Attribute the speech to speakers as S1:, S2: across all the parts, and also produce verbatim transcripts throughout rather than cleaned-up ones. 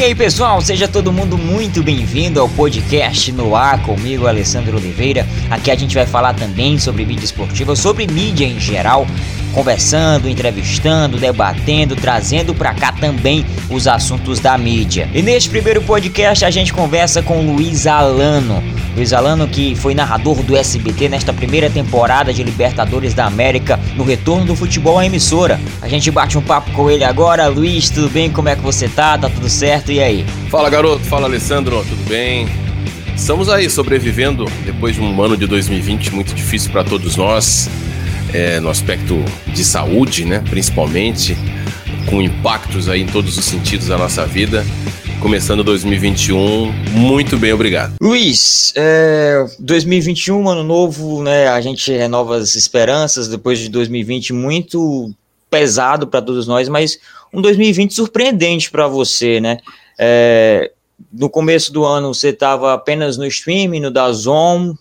S1: E aí pessoal, seja todo mundo muito bem-vindo ao podcast No Ar, comigo, Alessandro Oliveira. Aqui a gente vai falar também sobre mídia esportiva, sobre mídia em geral, conversando, entrevistando, debatendo, trazendo pra cá também os assuntos da mídia. E neste primeiro podcast a gente conversa com Luiz Alano. Luiz Alano, que foi narrador do S B T nesta primeira temporada de Libertadores da América, no retorno do futebol à emissora. A gente bate um papo com ele agora. Luiz, tudo bem? Como é que você tá? Tá tudo certo? E aí?
S2: Fala, garoto. Fala, Alessandro. Tudo bem? Estamos aí sobrevivendo depois de um ano de dois mil e vinte muito difícil para todos nós, é, no aspecto de saúde, né? Principalmente, com impactos aí em todos os sentidos da nossa vida. Começando dois mil e vinte e um, muito bem, obrigado.
S1: Luiz, é, dois mil e vinte e um, ano novo, né? A gente renova as esperanças depois de dois mil e vinte muito pesado para todos nós, mas um dois mil e vinte surpreendente para você, né? É, no começo do ano você estava apenas no streaming, no DAZN,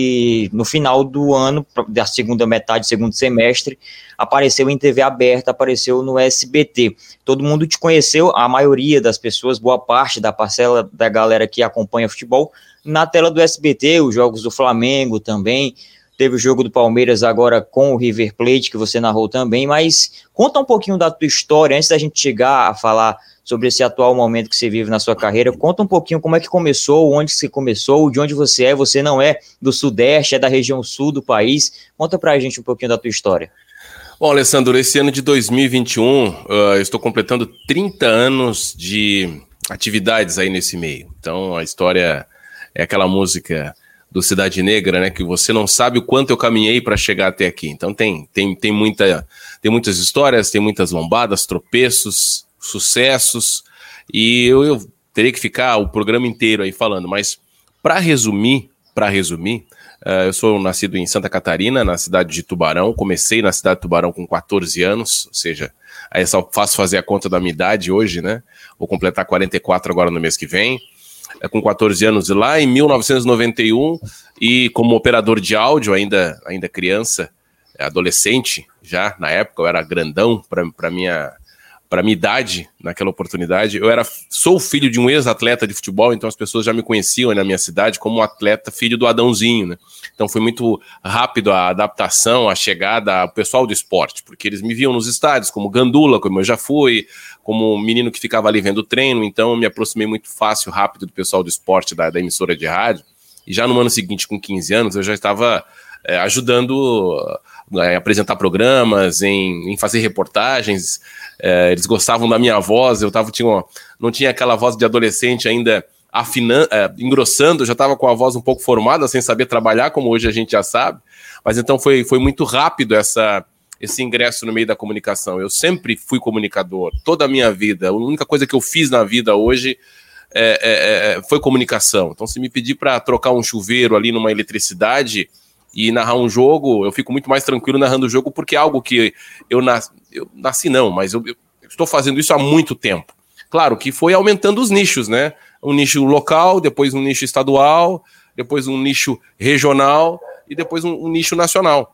S1: e no final do ano, da segunda metade, segundo semestre, apareceu em T V aberta, apareceu no S B T. Todo mundo te conheceu, a maioria das pessoas, boa parte da parcela da galera que acompanha futebol, na tela do S B T, os jogos do Flamengo também. Teve o jogo do Palmeiras agora com o River Plate, que você narrou também, mas conta um pouquinho da tua história, antes da gente chegar a falar sobre esse atual momento que você vive na sua carreira. Conta um pouquinho como é que começou, onde você começou, de onde você é. Você não é do Sudeste, é da região sul do país. Conta pra gente um pouquinho da tua história.
S2: Bom, Alessandro, esse ano de dois mil e vinte e um, uh, eu estou completando trinta anos de atividades aí nesse meio. Então, a história é aquela música do Cidade Negra, né, que você não sabe o quanto eu caminhei para chegar até aqui. Então, tem, tem, tem, muita, tem muitas histórias, tem muitas lombadas, tropeços, sucessos, e eu, eu teria que ficar o programa inteiro aí falando, mas para resumir, para resumir, uh, eu sou nascido em Santa Catarina, na cidade de Tubarão. Comecei na cidade de Tubarão com quatorze anos, ou seja, aí só faço fazer a conta da minha idade hoje, né? Vou completar quarenta e quatro agora no mês que vem. É, com quatorze anos lá em mil novecentos e noventa e um, e como operador de áudio, ainda, ainda criança, adolescente já, na época eu era grandão para minha para minha idade, naquela oportunidade. Eu era, sou filho de um ex-atleta de futebol, então as pessoas já me conheciam na minha cidade como um atleta filho do Adãozinho, né? Então foi muito rápido a adaptação, a chegada ao pessoal do esporte, porque eles me viam nos estádios como gandula, como eu já fui, como um menino que ficava ali vendo o treino, então eu me aproximei muito fácil, rápido do pessoal do esporte, da, da emissora de rádio, e já no ano seguinte, com quinze anos, eu já estava é, ajudando a apresentar programas, em, em fazer reportagens. É, eles gostavam da minha voz, eu tava, tinha uma, não tinha aquela voz de adolescente ainda afinando, é, engrossando, eu já estava com a voz um pouco formada, sem saber trabalhar, como hoje a gente já sabe, mas então foi, foi muito rápido essa, esse ingresso no meio da comunicação. Eu sempre fui comunicador, toda a minha vida, a única coisa que eu fiz na vida hoje é, é, é, foi comunicação. Então se me pedir para trocar um chuveiro ali numa eletricidade e narrar um jogo, eu fico muito mais tranquilo narrando o jogo, porque é algo que eu, nas, eu nasci não, mas eu, eu estou fazendo isso há muito tempo. Claro que foi aumentando os nichos, né? Um nicho local, depois um nicho estadual, depois um nicho regional e depois um, um nicho nacional.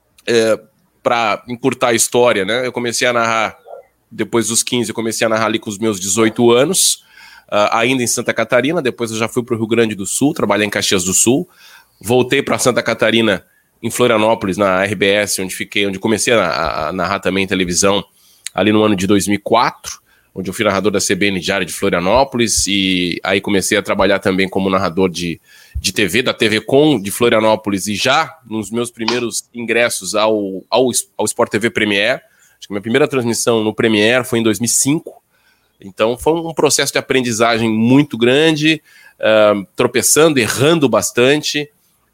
S2: É, para encurtar a história, né? Eu comecei a narrar, depois dos quinze, eu comecei a narrar ali com os meus dezoito anos, uh, ainda em Santa Catarina. Depois eu já fui para o Rio Grande do Sul, trabalhei em Caxias do Sul. Voltei para Santa Catarina, em Florianópolis, na R B S, onde fiquei, onde comecei a, a narrar também televisão, ali no ano de dois mil e quatro, onde eu fui narrador da C B N Diário de Florianópolis, e aí comecei a trabalhar também como narrador de, de T V, da T V Com de Florianópolis, e já nos meus primeiros ingressos ao, ao, ao Sport T V Premiere. Acho que minha primeira transmissão no Premiere foi em dois mil e cinco, então foi um processo de aprendizagem muito grande, uh, tropeçando, errando bastante,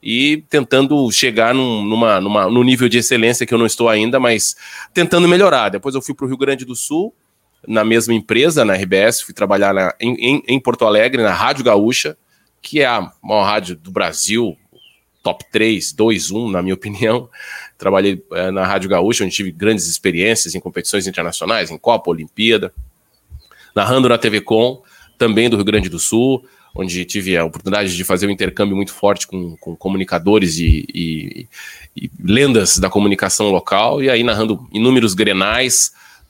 S2: e tentando chegar num, numa, numa, num nível de excelência que eu não estou ainda, mas tentando melhorar. Depois eu fui para o Rio Grande do Sul, na mesma empresa, na R B S, fui trabalhar na, em, em Porto Alegre, na Rádio Gaúcha, que é a maior rádio do Brasil, top três, dois, um, na minha opinião. Trabalhei é, na Rádio Gaúcha, onde tive grandes experiências em competições internacionais, em Copa, Olimpíada, narrando na T V Com, também do Rio Grande do Sul, onde tive a oportunidade de fazer um intercâmbio muito forte com, com comunicadores e, e, e lendas da comunicação local, e aí narrando inúmeros grenais,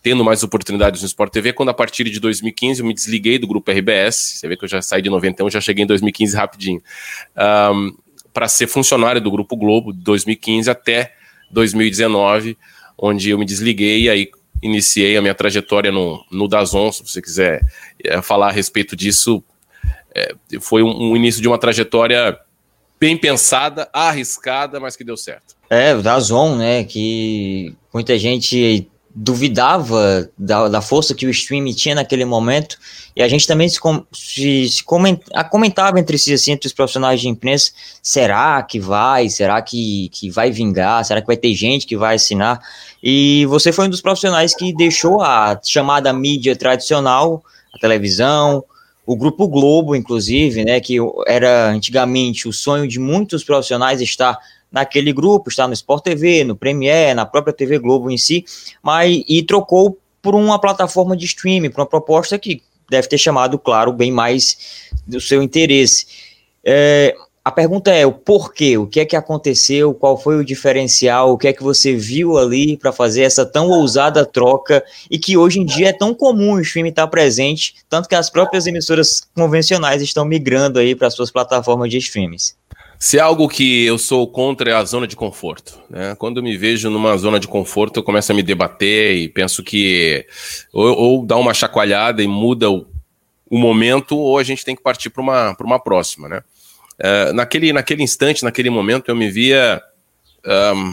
S2: tendo mais oportunidades no Sport T V, quando a partir de dois mil e quinze eu me desliguei do grupo R B S, você vê que eu já saí de noventa e um, já cheguei em dois mil e quinze rapidinho, um, para ser funcionário do Grupo Globo, de dois mil e quinze até dois mil e dezenove, onde eu me desliguei e aí iniciei a minha trajetória no, no DAZN. Se você quiser é, falar a respeito disso, é, foi um, um início de uma trajetória bem pensada, arriscada, mas que deu certo.
S1: É, o DAZN, né, que muita gente duvidava da, da força que o streaming tinha naquele momento, e a gente também se, se, se coment, comentava entre si, assim, entre os profissionais de imprensa, será que vai, será que, que vai vingar, será que vai ter gente que vai assinar? E você foi um dos profissionais que deixou a chamada mídia tradicional, a televisão, o Grupo Globo, inclusive, né, que era antigamente o sonho de muitos profissionais estar naquele grupo, estar no Sport T V, no Premiere, na própria T V Globo em si, mas e trocou por uma plataforma de streaming, por uma proposta que deve ter chamado, claro, bem mais do seu interesse. É, a pergunta é o porquê, o que é que aconteceu, qual foi o diferencial, o que é que você viu ali para fazer essa tão ousada troca e que hoje em dia é tão comum o streaming estar presente, tanto que as próprias emissoras convencionais estão migrando aí para suas plataformas de streamings.
S2: Se é algo que eu sou contra é a zona de conforto, né? Quando eu me vejo numa zona de conforto, eu começo a me debater e penso que ou, ou dá uma chacoalhada e muda o, o momento, ou a gente tem que partir para uma, para uma próxima, né? Uh, naquele, naquele instante, naquele momento, eu me via um,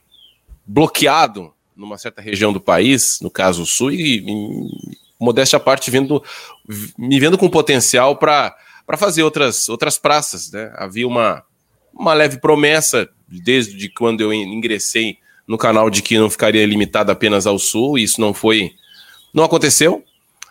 S2: bloqueado numa certa região do país, no caso o Sul, e, e modéstia à parte, vendo, me vendo com potencial para para fazer outras, outras praças, né? Havia uma uma leve promessa, desde quando eu ingressei no canal, de que não ficaria limitado apenas ao Sul, e isso não foi, não aconteceu.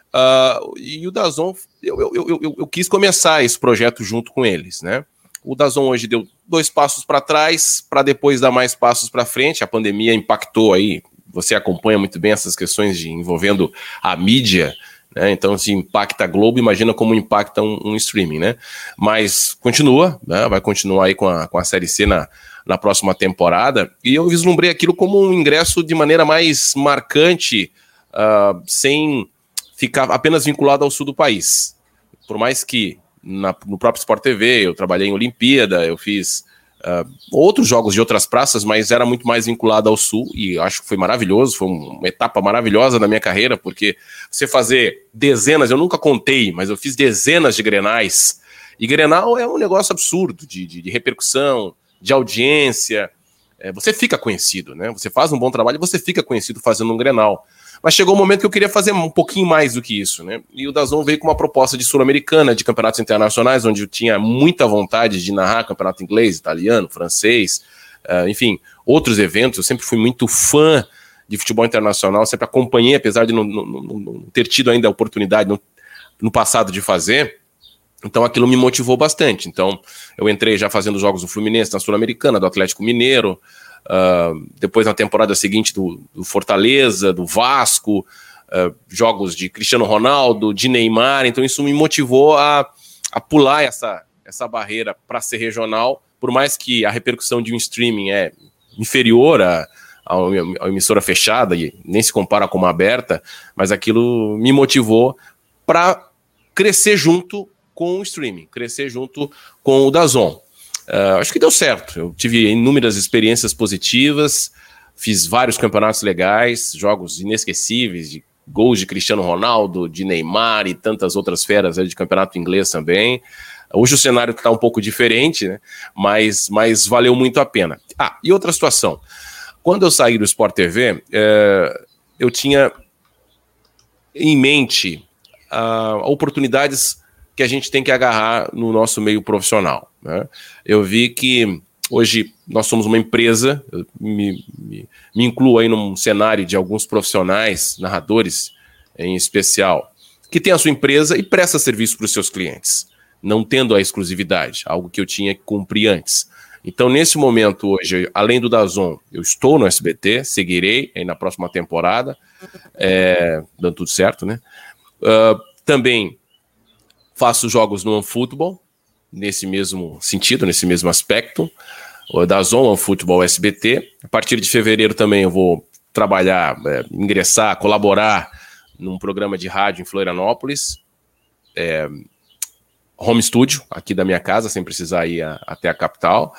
S2: Uh, e o DAZN, eu, eu, eu, eu, eu quis começar esse projeto junto com eles, né? O DAZN hoje deu dois passos para trás, para depois dar mais passos para frente. A pandemia impactou aí, você acompanha muito bem essas questões de, envolvendo a mídia, né? Então, se impacta a Globo, imagina como impacta um, um streaming, né? Mas continua, né? Vai continuar aí com a, com a Série C na, na próxima temporada, e eu vislumbrei aquilo como um ingresso de maneira mais marcante, uh, sem ficar apenas vinculado ao sul do país. Por mais que na, no próprio Sport T V eu trabalhei em Olimpíada, eu fiz Uh, outros jogos de outras praças, mas era muito mais vinculado ao Sul, e acho que foi maravilhoso, foi uma etapa maravilhosa na minha carreira, porque você fazer dezenas, eu nunca contei, mas eu fiz dezenas de Grenais, e Grenal é um negócio absurdo de, de, de repercussão, de audiência, é, você fica conhecido, né? Você faz um bom trabalho e você fica conhecido fazendo um Grenal. Mas chegou o um momento que eu queria fazer um pouquinho mais do que isso, né? E o DAZN veio com uma proposta de Sul-Americana, de campeonatos internacionais, onde eu tinha muita vontade de narrar campeonato inglês, italiano, francês, uh, enfim, outros eventos. Eu sempre fui muito fã de futebol internacional, sempre acompanhei, apesar de não, não, não ter tido ainda a oportunidade no, no passado de fazer. Então aquilo me motivou bastante. Então eu entrei já fazendo jogos do Fluminense, na Sul-Americana, do Atlético Mineiro, Uh, depois na temporada seguinte do, do Fortaleza, do Vasco, uh, jogos de Cristiano Ronaldo, de Neymar. Então isso me motivou a, a pular essa, essa barreira para ser regional, por mais que a repercussão de um streaming é inferior a, a uma emissora fechada e nem se compara com uma aberta, mas aquilo me motivou para crescer junto com o streaming, crescer junto com o DAZN. Uh, acho que deu certo, eu tive inúmeras experiências positivas, fiz vários campeonatos legais, jogos inesquecíveis, de gols de Cristiano Ronaldo, de Neymar e tantas outras feras aí de campeonato inglês também. Hoje o cenário está um pouco diferente, né? mas, mas valeu muito a pena. Ah, e outra situação, quando eu saí do Sport T V, é, eu tinha em mente uh, oportunidades que a gente tem que agarrar no nosso meio profissional, né? Eu vi que hoje nós somos uma empresa, eu me, me, me incluo aí num cenário de alguns profissionais, narradores em especial, que tem a sua empresa e presta serviço para os seus clientes, não tendo a exclusividade, algo que eu tinha que cumprir antes. Então, nesse momento hoje, além do DAZN, eu estou no S B T, seguirei aí na próxima temporada, é, dando tudo certo, né? Uh, também faço jogos no OneFootball, nesse mesmo sentido, nesse mesmo aspecto, o DAZN, OneFootball, S B T. A partir de fevereiro também eu vou trabalhar, é, ingressar, colaborar num programa de rádio em Florianópolis, é, home studio, aqui da minha casa, sem precisar ir a, até a capital.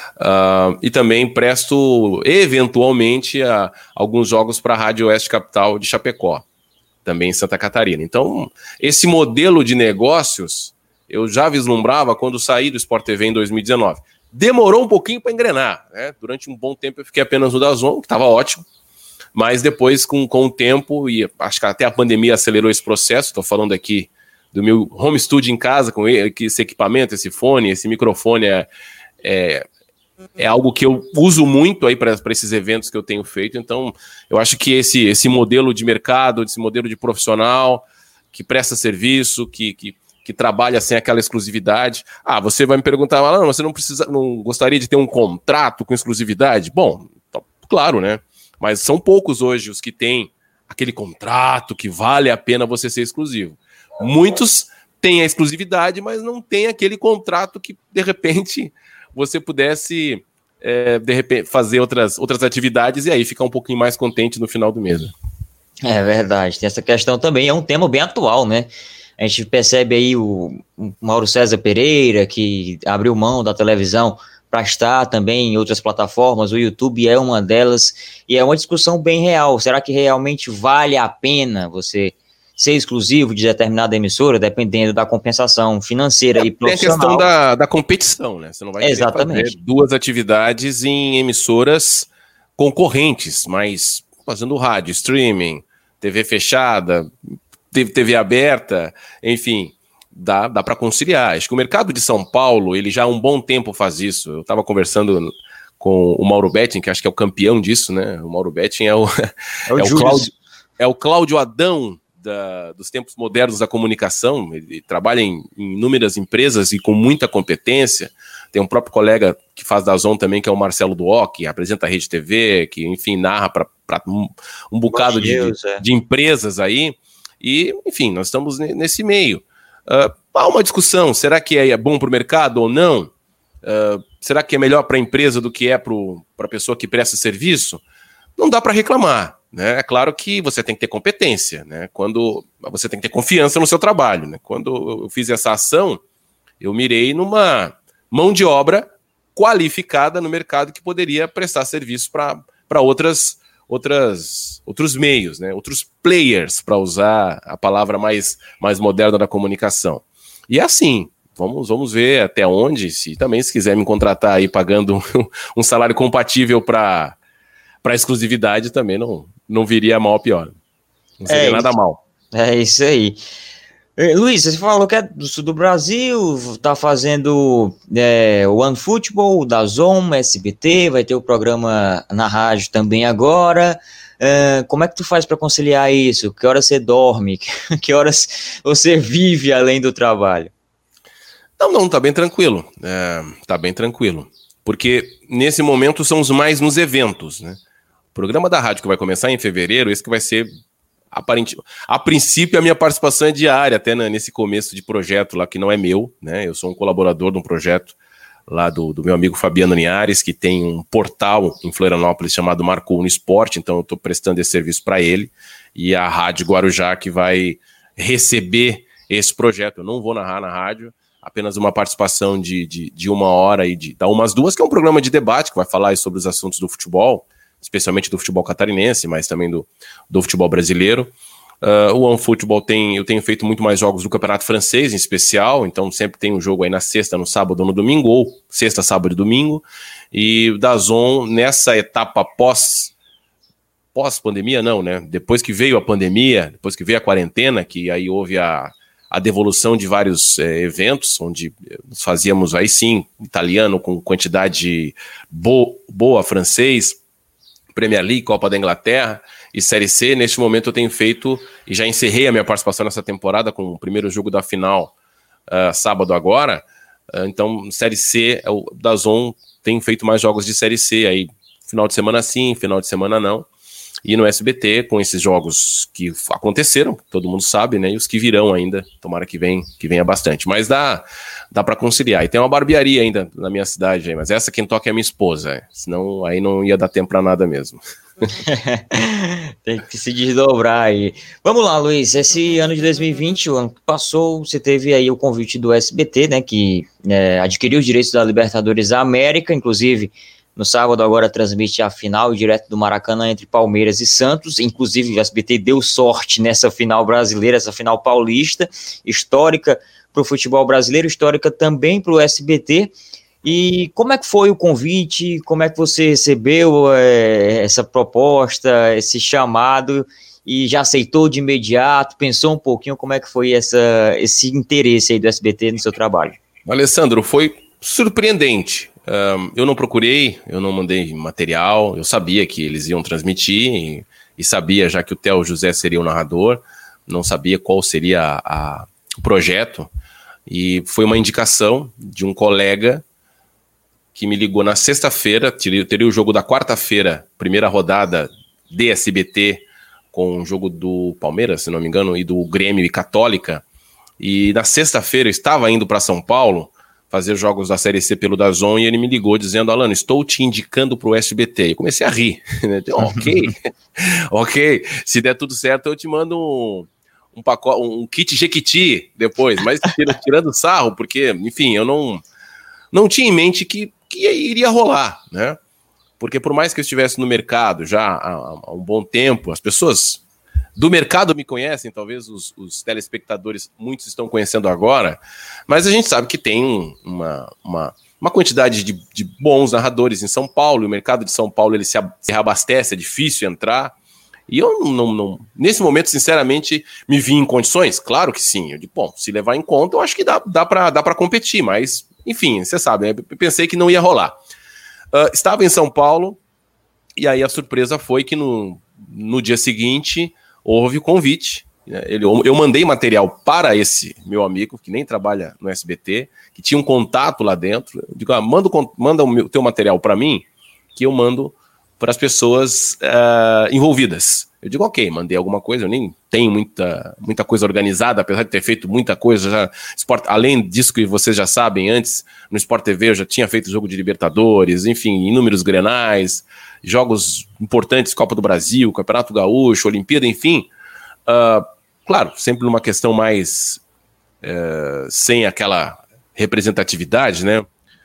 S2: Uh, e também presto, eventualmente, a, alguns jogos para a Rádio Oeste Capital de Chapecó, também em Santa Catarina. Então, esse modelo de negócios eu já vislumbrava quando saí do Sport T V em dois mil e dezenove. Demorou um pouquinho para engrenar, né? Durante um bom tempo eu fiquei apenas no DAZN, que estava ótimo, mas depois, com, com o tempo, e acho que até a pandemia acelerou esse processo, estou falando aqui do meu home studio em casa, com esse equipamento, esse fone, esse microfone, é, é, é algo que eu uso muito aí para esses eventos que eu tenho feito. Então, eu acho que esse, esse modelo de mercado, esse modelo de profissional que presta serviço, que, que, que trabalha sem aquela exclusividade. Ah, você vai me perguntar, ah, não, você não precisa, não gostaria de ter um contrato com exclusividade? Bom, claro, né? Mas são poucos hoje os que têm aquele contrato que vale a pena você ser exclusivo. Muitos têm a exclusividade, mas não tem aquele contrato que, de repente, você pudesse, é, de repente, fazer outras, outras atividades e aí ficar um pouquinho mais contente no final do mês.
S1: É verdade, tem essa questão também, é um tema bem atual, né? A gente percebe aí o, o Mauro César Pereira, que abriu mão da televisão para estar também em outras plataformas, o YouTube é uma delas, e é uma discussão bem real. Será que realmente vale a pena você ser exclusivo de determinada emissora, dependendo da compensação financeira é, e profissional?
S2: Tem a questão da, da competição, né? Você não vai querer
S1: Exatamente.
S2: fazer duas atividades em emissoras concorrentes, mas fazendo rádio, streaming, T V fechada, T V aberta, enfim... Dá, dá para conciliar. Acho que o mercado de São Paulo, ele já há um bom tempo faz isso. Eu estava conversando com o Mauro Betting, que acho que é o campeão disso, né? O Mauro Betting é o, é o, é o, Cláudio, é o Cláudio Adão da, dos tempos modernos da comunicação. Ele trabalha em, em inúmeras empresas e com muita competência. Tem um próprio colega que faz da Zon também, que é o Marcelo Duó, que apresenta a Rede T V, que, enfim, narra para um, um bocado Deus, de, é. de empresas aí. E, enfim, nós estamos nesse meio. Uh, há uma discussão, será que é bom para o mercado ou não? Uh, será que é melhor para a empresa do que é para a pessoa que presta serviço? Não dá para reclamar, né? É claro que você tem que ter competência, né? Quando você tem que ter confiança no seu trabalho, né? Quando eu fiz essa ação, eu mirei numa mão de obra qualificada no mercado que poderia prestar serviço para outras Outras, outros meios, né? Outros players, para usar a palavra mais, mais moderna da comunicação. E é assim, vamos, vamos ver até onde, se também se quiser me contratar aí pagando um, um salário compatível para a exclusividade, também não, não viria mal ou pior. Não seria é nada mal.
S1: É isso aí. Luiz, você falou que é do sul do Brasil, tá fazendo é, o OneFootball, da Zon, S B T, vai ter o programa na rádio também agora. É, como é que tu faz para conciliar isso? Que horas você dorme? Que horas você vive além do trabalho?
S2: Não, não, tá bem tranquilo. É, tá bem tranquilo. Porque nesse momento são os mais nos eventos, né? O programa da rádio que vai começar em fevereiro, esse que vai ser... Aparente, a princípio a minha participação é diária, até nesse começo de projeto lá que não é meu, né? Eu sou um colaborador de um projeto lá do, do meu amigo Fabiano Linhares, que tem um portal em Florianópolis chamado Marcou no Esporte, então eu estou prestando esse serviço para ele, e a Rádio Guarujá que vai receber esse projeto. Eu não vou narrar na rádio, apenas uma participação de, de, de uma hora e de dá umas duas, que é um programa de debate que vai falar sobre os assuntos do futebol, especialmente do futebol catarinense, mas também do, do futebol brasileiro. Uh, o OneFootball tem, eu tenho feito muito mais jogos do Campeonato Francês, em especial, então sempre tem um jogo aí na sexta, no sábado ou no domingo, ou sexta, sábado e domingo, e o DAZN, nessa etapa pós, pós-pandemia, não, né? Depois que veio a pandemia, depois que veio a quarentena, que aí houve a, a devolução de vários é, eventos, onde nós fazíamos aí sim, italiano com quantidade bo, boa, francês, Premier League, Copa da Inglaterra e Série C. Neste momento eu tenho feito, e já encerrei a minha participação nessa temporada com o primeiro jogo da final, uh, sábado agora. Uh, então, Série C, o DAZN tem feito mais jogos de Série C, aí final de semana sim, final de semana não. E no S B T, com esses jogos que aconteceram, todo mundo sabe, né? E os que virão ainda, tomara que, vem, que venha bastante. Mas dá, dá para conciliar. E tem uma barbearia ainda na minha cidade, aí, mas essa quem toca é a minha esposa. Senão aí não ia dar tempo para nada mesmo.
S1: Tem que se desdobrar aí. Vamos lá, Luiz. Esse ano de dois mil e vinte, o ano que passou, você teve aí o convite do S B T, né, que é, adquiriu os direitos da Libertadores da América, inclusive no sábado agora transmite a final direto do Maracanã entre Palmeiras e Santos. Inclusive o S B T deu sorte nessa final brasileira, essa final paulista, histórica para o futebol brasileiro, histórica também para o S B T. E como é que foi o convite? Como é que você recebeu é, essa proposta, esse chamado, e já aceitou de imediato? Pensou um pouquinho como é que foi essa, esse interesse aí do S B T no seu trabalho?
S2: Alessandro, foi surpreendente. Um, eu não procurei, eu não mandei material, eu sabia que eles iam transmitir e, e sabia já que o Theo José seria o narrador, não sabia qual seria a, a, o projeto, e foi uma indicação de um colega que me ligou na sexta-feira, teria, teria o jogo da quarta-feira, primeira rodada de S B T, com o jogo do Palmeiras, se não me engano, e do Grêmio e Católica, e na sexta-feira eu estava indo para São Paulo fazer jogos da Série C pelo DAZN, e ele me ligou dizendo: Alano, estou te indicando para o S B T. Eu comecei a rir, né? ok, ok, se der tudo certo eu te mando um, um, pacote, um kit Jequiti depois, mas tirando sarro, porque, enfim, eu não, não tinha em mente que, que iria rolar, né? Porque por mais que eu estivesse no mercado já há, há um bom tempo, as pessoas do mercado me conhecem, talvez os, os telespectadores, muitos estão conhecendo agora, mas a gente sabe que tem uma, uma, uma quantidade de, de bons narradores em São Paulo, e o mercado de São Paulo ele se, se reabastece, é difícil entrar, e eu não, não, nesse momento, sinceramente, me vi em condições? Claro que sim, eu digo, bom, se levar em conta, eu acho que dá, dá para dá para competir, mas, enfim, você sabe, né? Eu pensei que não ia rolar. Uh, estava em São Paulo, e aí a surpresa foi que no, no dia seguinte houve o convite. Ele, eu mandei material para esse meu amigo, que nem trabalha no S B T, que tinha um contato lá dentro. Eu digo, ah, manda, manda o meu, teu material para mim, que eu mando para as pessoas uh, envolvidas. Eu digo, ok, mandei alguma coisa, eu nem tenho muita, muita coisa organizada, apesar de ter feito muita coisa já. Sport, além disso que vocês já sabem, antes, no Sport T V eu já tinha feito jogo de Libertadores, enfim, inúmeros grenais, jogos importantes, Copa do Brasil, Campeonato Gaúcho, Olimpíada, enfim. Uh, claro, sempre numa questão mais uh, sem aquela representatividade, né?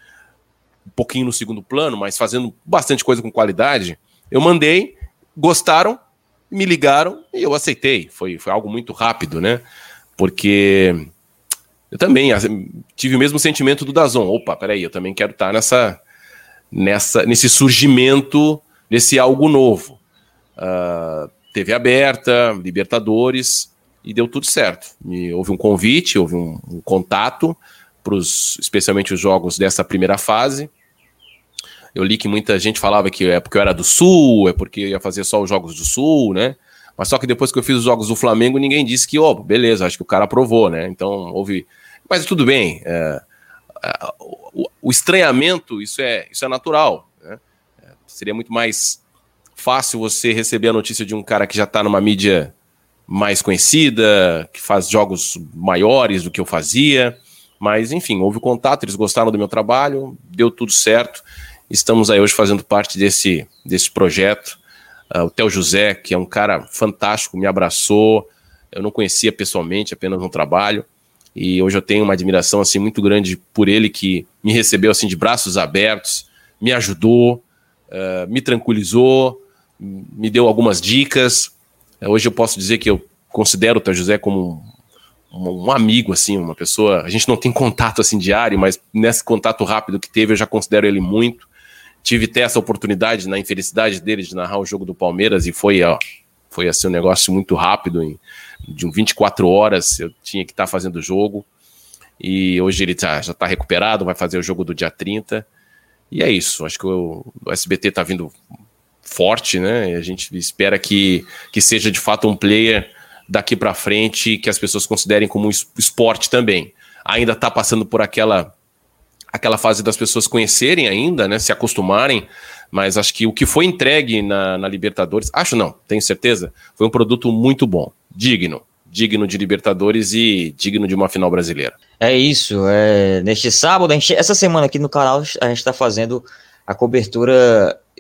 S2: Um pouquinho no segundo plano, mas fazendo bastante coisa com qualidade. Eu mandei, gostaram, me ligaram e eu aceitei. Foi, foi algo muito rápido, né? Porque eu também tive o mesmo sentimento do DAZN. Opa, peraí, eu também quero estar nessa, nessa, nesse surgimento desse algo novo. Uh, T V aberta, Libertadores, e deu tudo certo. E houve um convite, houve um, um contato, pros, especialmente os jogos dessa primeira fase. Eu li que muita gente falava que é porque eu era do Sul, é porque eu ia fazer só os jogos do Sul, né? Mas só que depois que eu fiz os jogos do Flamengo, ninguém disse que, ó, oh, beleza, acho que o cara aprovou, né? Então houve... Mas tudo bem, é, é, o, o estranhamento, isso é, isso é natural, né? É, seria muito mais fácil você receber a notícia de um cara que já está numa mídia mais conhecida, que faz jogos maiores do que eu fazia, mas enfim, houve contato, eles gostaram do meu trabalho, deu tudo certo, estamos aí hoje fazendo parte desse, desse projeto. Uh, o Theo José, que é um cara fantástico, me abraçou, eu não conhecia pessoalmente, apenas no trabalho, e hoje eu tenho uma admiração assim, muito grande por ele, que me recebeu assim, de braços abertos, me ajudou, uh, me tranquilizou, me deu algumas dicas. Hoje eu posso dizer que eu considero o Theo José como um, um amigo, assim, uma pessoa... A gente não tem contato assim diário, mas nesse contato rápido que teve eu já considero ele muito. Tive até essa oportunidade, na infelicidade dele, de narrar o jogo do Palmeiras, e foi, ó, foi assim, um negócio muito rápido, em, de vinte e quatro horas eu tinha que estar fazendo o jogo, e hoje ele tá, já está recuperado, vai fazer o jogo do dia trinta, e é isso. Acho que o, o S B T está vindo forte, né? E a gente espera que, que seja de fato um player daqui para frente que as pessoas considerem como esporte também. Ainda está passando por aquela, aquela fase das pessoas conhecerem ainda, né? Se acostumarem, mas acho que o que foi entregue na, na Libertadores, acho não, tenho certeza, foi um produto muito bom, digno, digno de Libertadores e digno de uma final brasileira.
S1: É isso, é, neste sábado, a gente, essa semana aqui no canal a gente está fazendo a cobertura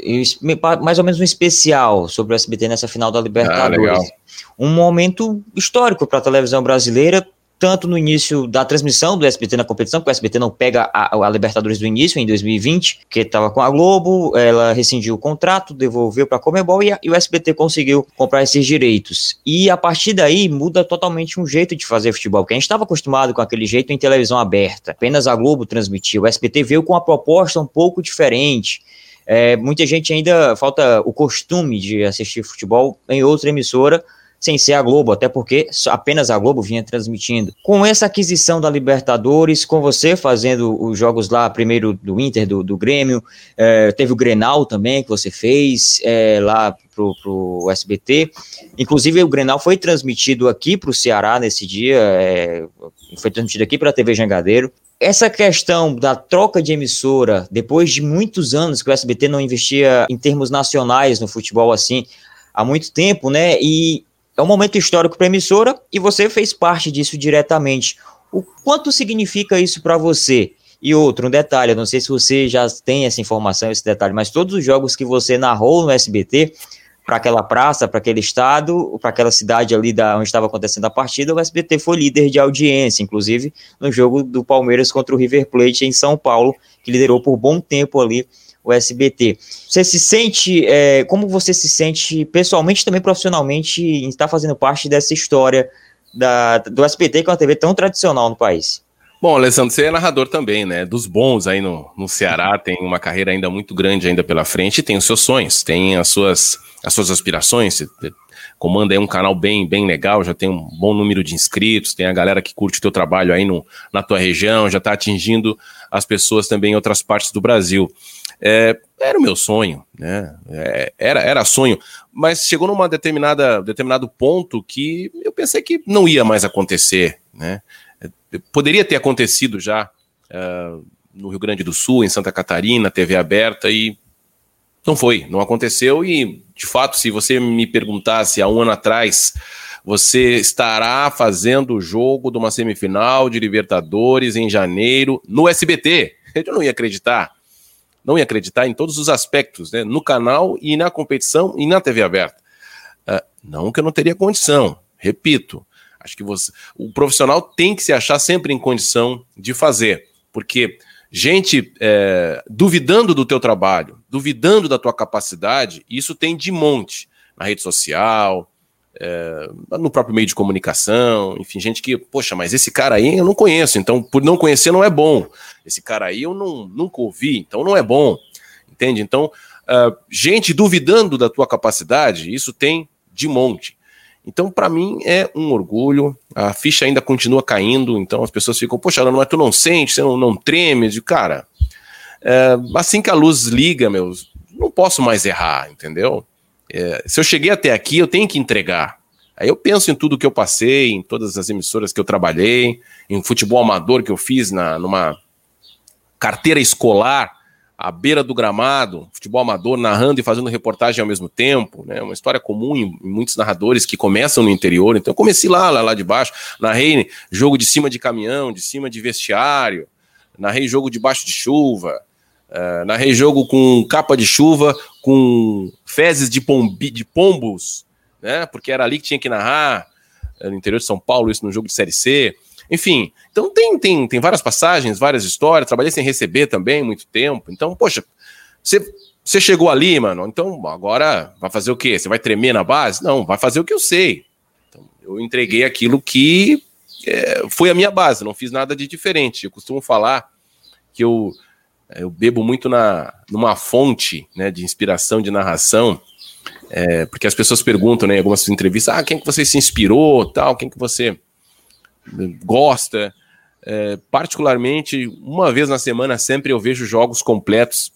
S1: mais ou menos um especial sobre o S B T nessa final da Libertadores.
S2: Ah,
S1: um momento histórico para a televisão brasileira, tanto no início da transmissão do S B T na competição, porque o S B T não pega a, a Libertadores do início, em dois mil e vinte, que estava com a Globo, ela rescindiu o contrato, devolveu para a Conmebol e, a, e o S B T conseguiu comprar esses direitos. E a partir daí muda totalmente um jeito de fazer futebol, porque a gente estava acostumado com aquele jeito em televisão aberta, apenas a Globo transmitiu. O S B T veio com uma proposta um pouco diferente. É, muita gente ainda falta o costume de assistir futebol em outra emissora, sem ser a Globo, até porque apenas a Globo vinha transmitindo. Com essa aquisição da Libertadores, com você fazendo os jogos lá, primeiro do Inter, do, do Grêmio, é, teve o Grenal também, que você fez é, lá pro, pro S B T, inclusive o Grenal foi transmitido aqui pro Ceará nesse dia, é, foi transmitido aqui pela T V Jangadeiro. Essa questão da troca de emissora, depois de muitos anos que o S B T não investia em termos nacionais no futebol assim, há muito tempo, né, e é um momento histórico para a emissora e você fez parte disso diretamente. O quanto significa isso para você? E outro, um detalhe, eu não sei se você já tem essa informação, esse detalhe, mas todos os jogos que você narrou no S B T, para aquela praça, para aquele estado, para aquela cidade ali da, onde estava acontecendo a partida, o S B T foi líder de audiência, inclusive no jogo do Palmeiras contra o River Plate em São Paulo, que liderou por bom tempo ali o S B T. Você se sente, é, como você se sente pessoalmente e também profissionalmente em estar fazendo parte dessa história da, do S B T, que é uma T V tão tradicional no país?
S2: Bom, Alessandro, você é narrador também, né? Dos bons aí no, no Ceará, tem uma carreira ainda muito grande ainda pela frente, e tem os seus sonhos, tem as suas, as suas aspirações, você comanda aí um canal bem, bem legal, já tem um bom número de inscritos, tem a galera que curte o teu trabalho aí no, na tua região, já está atingindo as pessoas também em outras partes do Brasil. É, era o meu sonho, né? É, era, era sonho, mas chegou numa determinada determinado ponto que eu pensei que não ia mais acontecer, né? Poderia ter acontecido já uh, no Rio Grande do Sul, em Santa Catarina, T V aberta, e não foi, não aconteceu. E de fato, se você me perguntasse há um ano atrás, você estará fazendo o jogo de uma semifinal de Libertadores em janeiro no S B T, eu não ia acreditar. Não ia acreditar em todos os aspectos, né? No canal e na competição e na T V aberta. Uh, não que eu não teria condição, repito, acho que você, o profissional tem que se achar sempre em condição de fazer, porque gente é, duvidando do teu trabalho, duvidando da tua capacidade, isso tem de monte, na rede social, é, no próprio meio de comunicação, enfim, gente que, poxa, mas esse cara aí eu não conheço, então por não conhecer não é bom, esse cara aí eu não, nunca ouvi, então não é bom, entende? Então, uh, gente duvidando da tua capacidade, isso tem de monte. Então, para mim, é um orgulho, a ficha ainda continua caindo, então as pessoas ficam, poxa, mas tu não sente, você não, não treme, de cara, é, assim que a luz liga, meu, não posso mais errar, entendeu? É, se eu cheguei até aqui, eu tenho que entregar. Aí eu penso em tudo que eu passei, em todas as emissoras que eu trabalhei, em futebol amador que eu fiz na, numa carteira escolar, à beira do gramado, futebol amador, narrando e fazendo reportagem ao mesmo tempo, né? Uma história comum em, em muitos narradores que começam no interior. Então eu comecei lá, lá, lá de baixo, narrei jogo de cima de caminhão, de cima de vestiário, narrei jogo debaixo de chuva, uh, narrei jogo com capa de chuva, com fezes de, pombi, de pombos, né? Porque era ali que tinha que narrar, no interior de São Paulo, isso no jogo de Série C. Enfim, então tem, tem, tem várias passagens, várias histórias, trabalhei sem receber também muito tempo, então, poxa, você chegou ali, mano, então agora vai fazer o quê? Você vai tremer na base? Não, vai fazer o que eu sei. Então, eu entreguei aquilo que é, foi a minha base, não fiz nada de diferente. Eu costumo falar que eu, eu bebo muito na, numa fonte, né, de inspiração, de narração, é, porque as pessoas perguntam, né, em algumas entrevistas, ah, quem que você se inspirou, tal, quem que você gosta, é, particularmente uma vez na semana sempre eu vejo jogos completos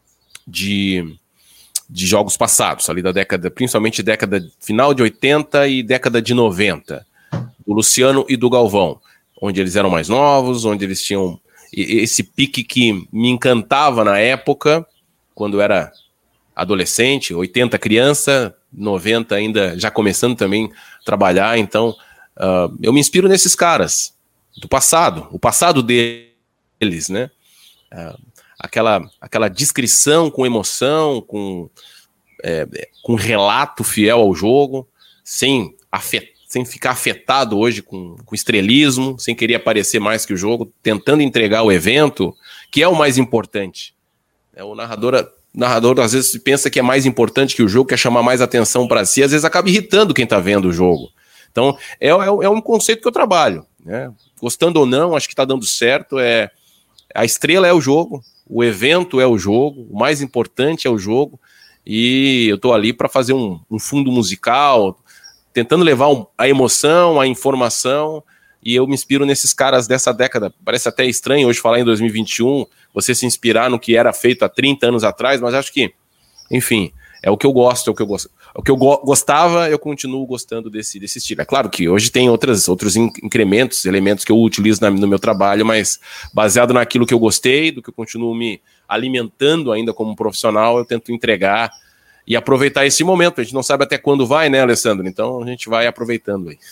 S2: de, de jogos passados, ali da década, principalmente década final de oitenta e década de noventa, do Luciano e do Galvão, onde eles eram mais novos, onde eles tinham esse pique que me encantava na época, quando eu era adolescente, oitenta criança, noventa ainda já começando também a trabalhar, então Uh, eu me inspiro nesses caras do passado, o passado deles, né? Uh, aquela, aquela descrição com emoção, com, é, com relato fiel ao jogo, sem, afet, sem ficar afetado hoje com, com estrelismo, sem querer aparecer mais que o jogo, tentando entregar o evento, que é o mais importante. É, o narrador, narrador às vezes pensa que é mais importante que o jogo, quer chamar mais atenção para si, às vezes acaba irritando quem está vendo o jogo. Então, é, é, é um conceito que eu trabalho, né? Gostando ou não, acho que está dando certo. É, a estrela é o jogo, o evento é o jogo, o mais importante é o jogo, e eu estou ali para fazer um, um fundo musical, tentando levar um, a emoção, a informação, e eu me inspiro nesses caras dessa década. Parece até estranho hoje falar em dois mil e vinte e um, você se inspirar no que era feito há trinta anos atrás, mas acho que, enfim, é o que eu gosto, é o que eu gosto. O que eu go- gostava, eu continuo gostando desse, desse estilo. É claro que hoje tem outras, outros incrementos, elementos que eu utilizo na, no meu trabalho, mas baseado naquilo que eu gostei, do que eu continuo me alimentando ainda como profissional, eu tento entregar e aproveitar esse momento. A gente não sabe até quando vai, né, Alessandro? Então a gente vai aproveitando aí.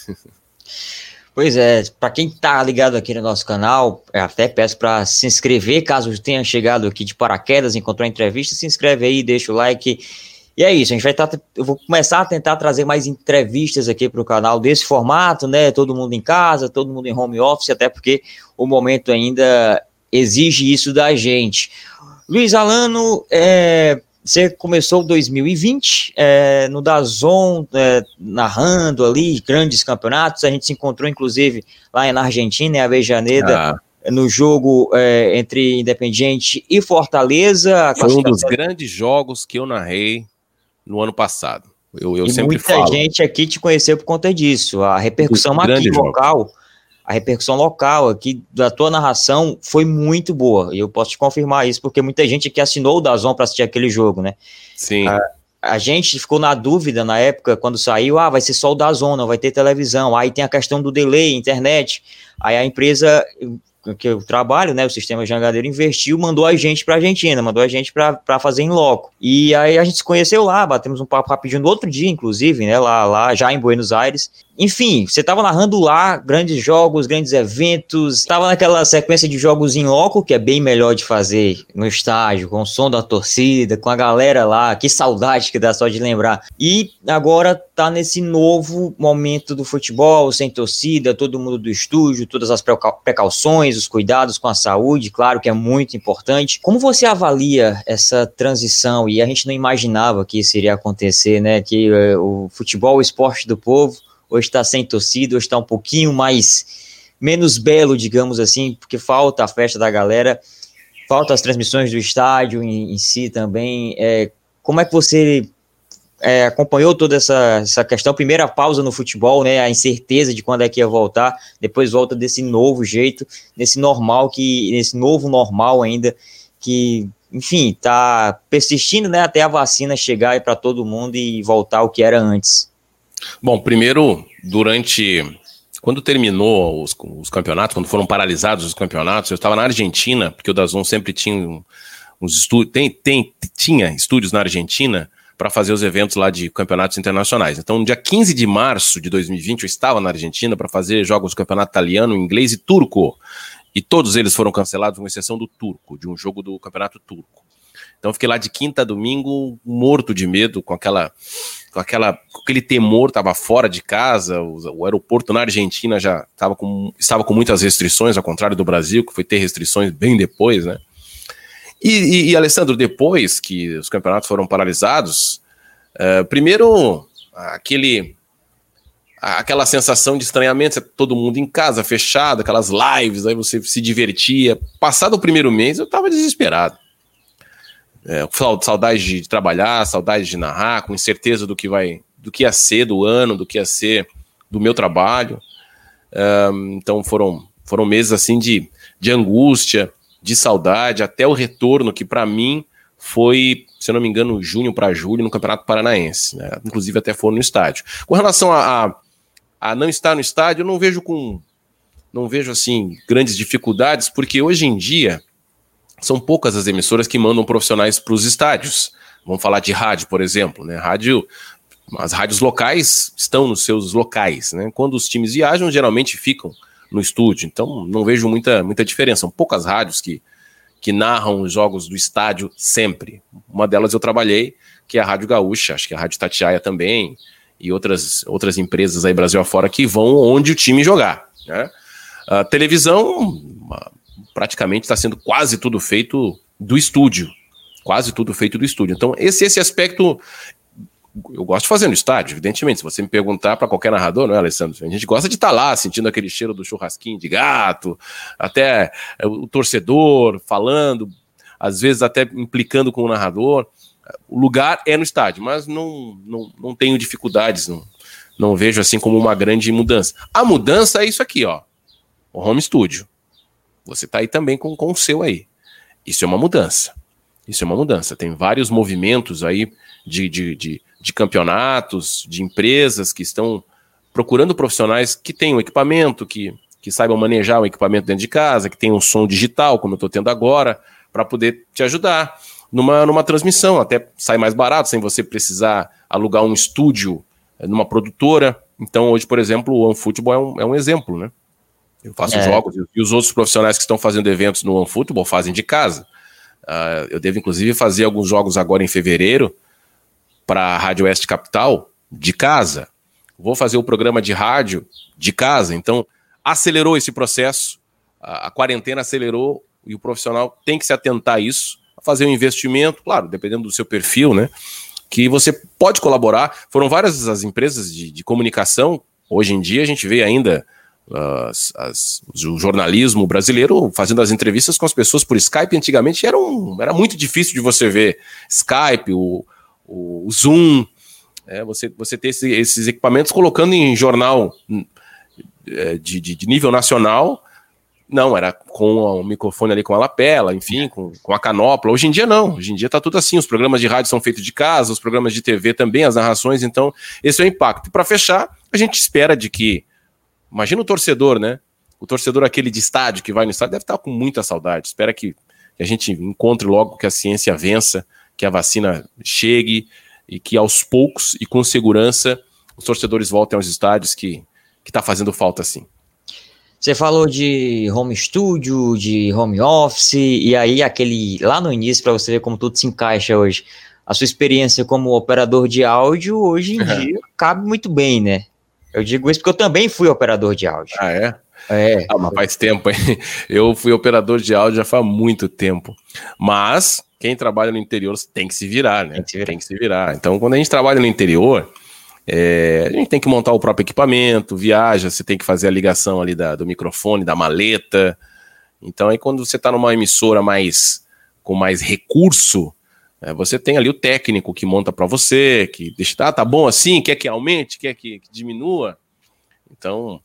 S1: Pois é, para quem tá ligado aqui no nosso canal, até peço para se inscrever, caso tenha chegado aqui de paraquedas, encontrou a entrevista, se inscreve aí, deixa o like. E é isso, a gente vai estar, eu vou começar a tentar trazer mais entrevistas aqui para o canal desse formato, né? Todo mundo em casa, todo mundo em home office, até porque o momento ainda exige isso da gente. Luiz Alano, é, você começou dois mil e vinte é, no DAZN, é, narrando ali grandes campeonatos. A gente se encontrou, inclusive, lá na Argentina, em Avejaneda, ah. no jogo é, entre Independiente e Fortaleza.
S2: Foi um dos grandes jogos que eu narrei no ano passado. Eu, eu
S1: e
S2: sempre
S1: muita
S2: falo.
S1: gente aqui te conheceu por conta disso. A repercussão aqui local, jogos. a repercussão local aqui da tua narração foi muito boa. E eu posso te confirmar isso, porque muita gente aqui assinou o DAZN para assistir aquele jogo, né?
S2: Sim.
S1: A, a gente ficou na dúvida na época, quando saiu, ah, vai ser só o DAZN, não vai ter televisão. Aí tem a questão do delay, internet. Aí a empresa que eu trabalho, né, o Sistema Jangadeiro, investiu, mandou a gente para a Argentina, mandou a gente para fazer em loco. E aí a gente se conheceu lá, batemos um papo rapidinho no outro dia, inclusive, né, lá, lá já em Buenos Aires. Enfim, você estava narrando lá grandes jogos, grandes eventos, estava naquela sequência de jogos em loco, que é bem melhor de fazer no estádio, com o som da torcida, com a galera lá, que saudade que dá só de lembrar. E agora tá nesse novo momento do futebol, sem torcida, todo mundo do estúdio, todas as precauções, os cuidados com a saúde, claro que é muito importante. Como você avalia essa transição? E a gente não imaginava que isso iria acontecer, né? Que uh, o futebol, o esporte do povo, hoje está sem torcida, hoje está um pouquinho mais, menos belo, digamos assim, porque falta a festa da galera, falta as transmissões do estádio em, em si também. É, como é que você é, acompanhou toda essa, essa questão? Primeira pausa no futebol, né, a incerteza de quando é que ia voltar, depois volta desse novo jeito, nesse normal, que, nesse novo normal ainda, que, enfim, está persistindo, né, até a vacina chegar para todo mundo e voltar ao que era antes.
S2: Bom, primeiro, durante, quando terminou os, os campeonatos, quando foram paralisados os campeonatos, eu estava na Argentina, porque o DAZN sempre tinha uns estúdios, tem, tem, tinha estúdios na Argentina para fazer os eventos lá de campeonatos internacionais. Então, no dia quinze de março de dois mil e vinte, eu estava na Argentina para fazer jogos do campeonato italiano, inglês e turco, e todos eles foram cancelados, com exceção do turco, de um jogo do campeonato turco. Então, eu fiquei lá de quinta a domingo, morto de medo, com aquela... com, aquela, com aquele temor, estava fora de casa, o, o aeroporto na Argentina já estava com, estava com muitas restrições, ao contrário do Brasil, que foi ter restrições bem depois, né? E, e, e Alessandro, depois que os campeonatos foram paralisados, uh, primeiro, aquele, aquela sensação de estranhamento, todo mundo em casa, fechado, aquelas lives, aí você se divertia. Passado o primeiro mês, eu estava desesperado. É, saudade de trabalhar, saudade de narrar, com incerteza do que vai, do que ia ser do ano, do que ia ser do meu trabalho. Um, então foram, foram meses assim de, de angústia, de saudade, até o retorno, que para mim foi, se eu não me engano, junho para julho no Campeonato Paranaense, né? Inclusive até foram no estádio. Com relação a, a, a não estar no estádio, eu não vejo com, não vejo assim grandes dificuldades, porque hoje em dia são poucas as emissoras que mandam profissionais para os estádios. Vamos falar de rádio, por exemplo, né? Rádio, as rádios locais estão nos seus locais, né? Quando os times viajam, geralmente ficam no estúdio. Então, não vejo muita, muita diferença. São poucas rádios que, que narram os jogos do estádio sempre. Uma delas eu trabalhei, que é a Rádio Gaúcha, acho que a Rádio Itatiaia também, e outras, outras empresas aí Brasil afora que vão onde o time jogar, né? A televisão praticamente está sendo quase tudo feito do estúdio, quase tudo feito do estúdio. Então esse, esse aspecto eu gosto de fazer no estádio, evidentemente. Se você me perguntar para qualquer narrador, não é, Alessandro? A gente gosta de estar lá, sentindo aquele cheiro do churrasquinho de gato, até o torcedor falando, às vezes até implicando com o narrador. O lugar é no estádio, mas não, não, não tenho dificuldades, não, não vejo assim como uma grande mudança. A mudança é isso aqui, ó, o home studio. Você está aí também com, com o seu aí. Isso é uma mudança. Isso é uma mudança. Tem vários movimentos aí de, de, de, de campeonatos, de empresas que estão procurando profissionais que tenham equipamento, que, que saibam manejar o equipamento dentro de casa, que tenham um som digital, como eu estou tendo agora, para poder te ajudar numa, numa transmissão. Até sai mais barato, sem você precisar alugar um estúdio numa produtora. Então, hoje, por exemplo, o OneFootball é um, é um exemplo, né? Eu faço é. jogos, e os outros profissionais que estão fazendo eventos no OneFootball fazem de casa. Uh, eu devo, inclusive, fazer alguns jogos agora em fevereiro para a Rádio Oeste Capital, de casa. Vou fazer o programa de rádio de casa. Então, acelerou esse processo, a, a quarentena acelerou, e o profissional tem que se atentar a isso, a fazer um investimento, claro, dependendo do seu perfil, né? Que você pode colaborar. Foram várias as empresas de, de comunicação. Hoje em dia a gente vê ainda As, as, o jornalismo brasileiro fazendo as entrevistas com as pessoas por Skype. Antigamente era, um, era muito difícil de você ver Skype, o, o, o Zoom, é, você, você ter esse, esses equipamentos colocando em jornal de, de, de nível nacional. Não, era com o microfone ali com a lapela, enfim, com, com a canopla. Hoje em dia não, hoje em dia tá tudo assim, os programas de rádio são feitos de casa, os programas de T V também, as narrações. Então esse é o impacto. E para fechar, a gente espera de que, imagina o torcedor, né? O torcedor aquele de estádio que vai no estádio deve estar com muita saudade. Espera que a gente encontre logo que a ciência vença, que a vacina chegue e que aos poucos e com segurança os torcedores voltem aos estádios, que que está fazendo falta sim.
S1: Você falou de home studio, de home office, e aí aquele lá no início, para você ver como tudo se encaixa hoje, a sua experiência como operador de áudio hoje em dia cabe muito bem, né? Eu digo isso porque eu também fui operador de áudio.
S2: Ah, é?
S1: É.
S2: Ah, mas faz tempo, hein? Eu fui operador de áudio já faz muito tempo. Mas quem trabalha no interior tem que se virar, né? Tem que se virar. Tem que se virar. Então, quando a gente trabalha no interior, é, a gente tem que montar o próprio equipamento, viaja, você tem que fazer a ligação ali da, do microfone, da maleta. Então, aí quando você está numa emissora mais, com mais recurso, é, você tem ali o técnico que monta para você, que deixa, ah, tá bom assim, quer que aumente, quer que, que diminua. Então,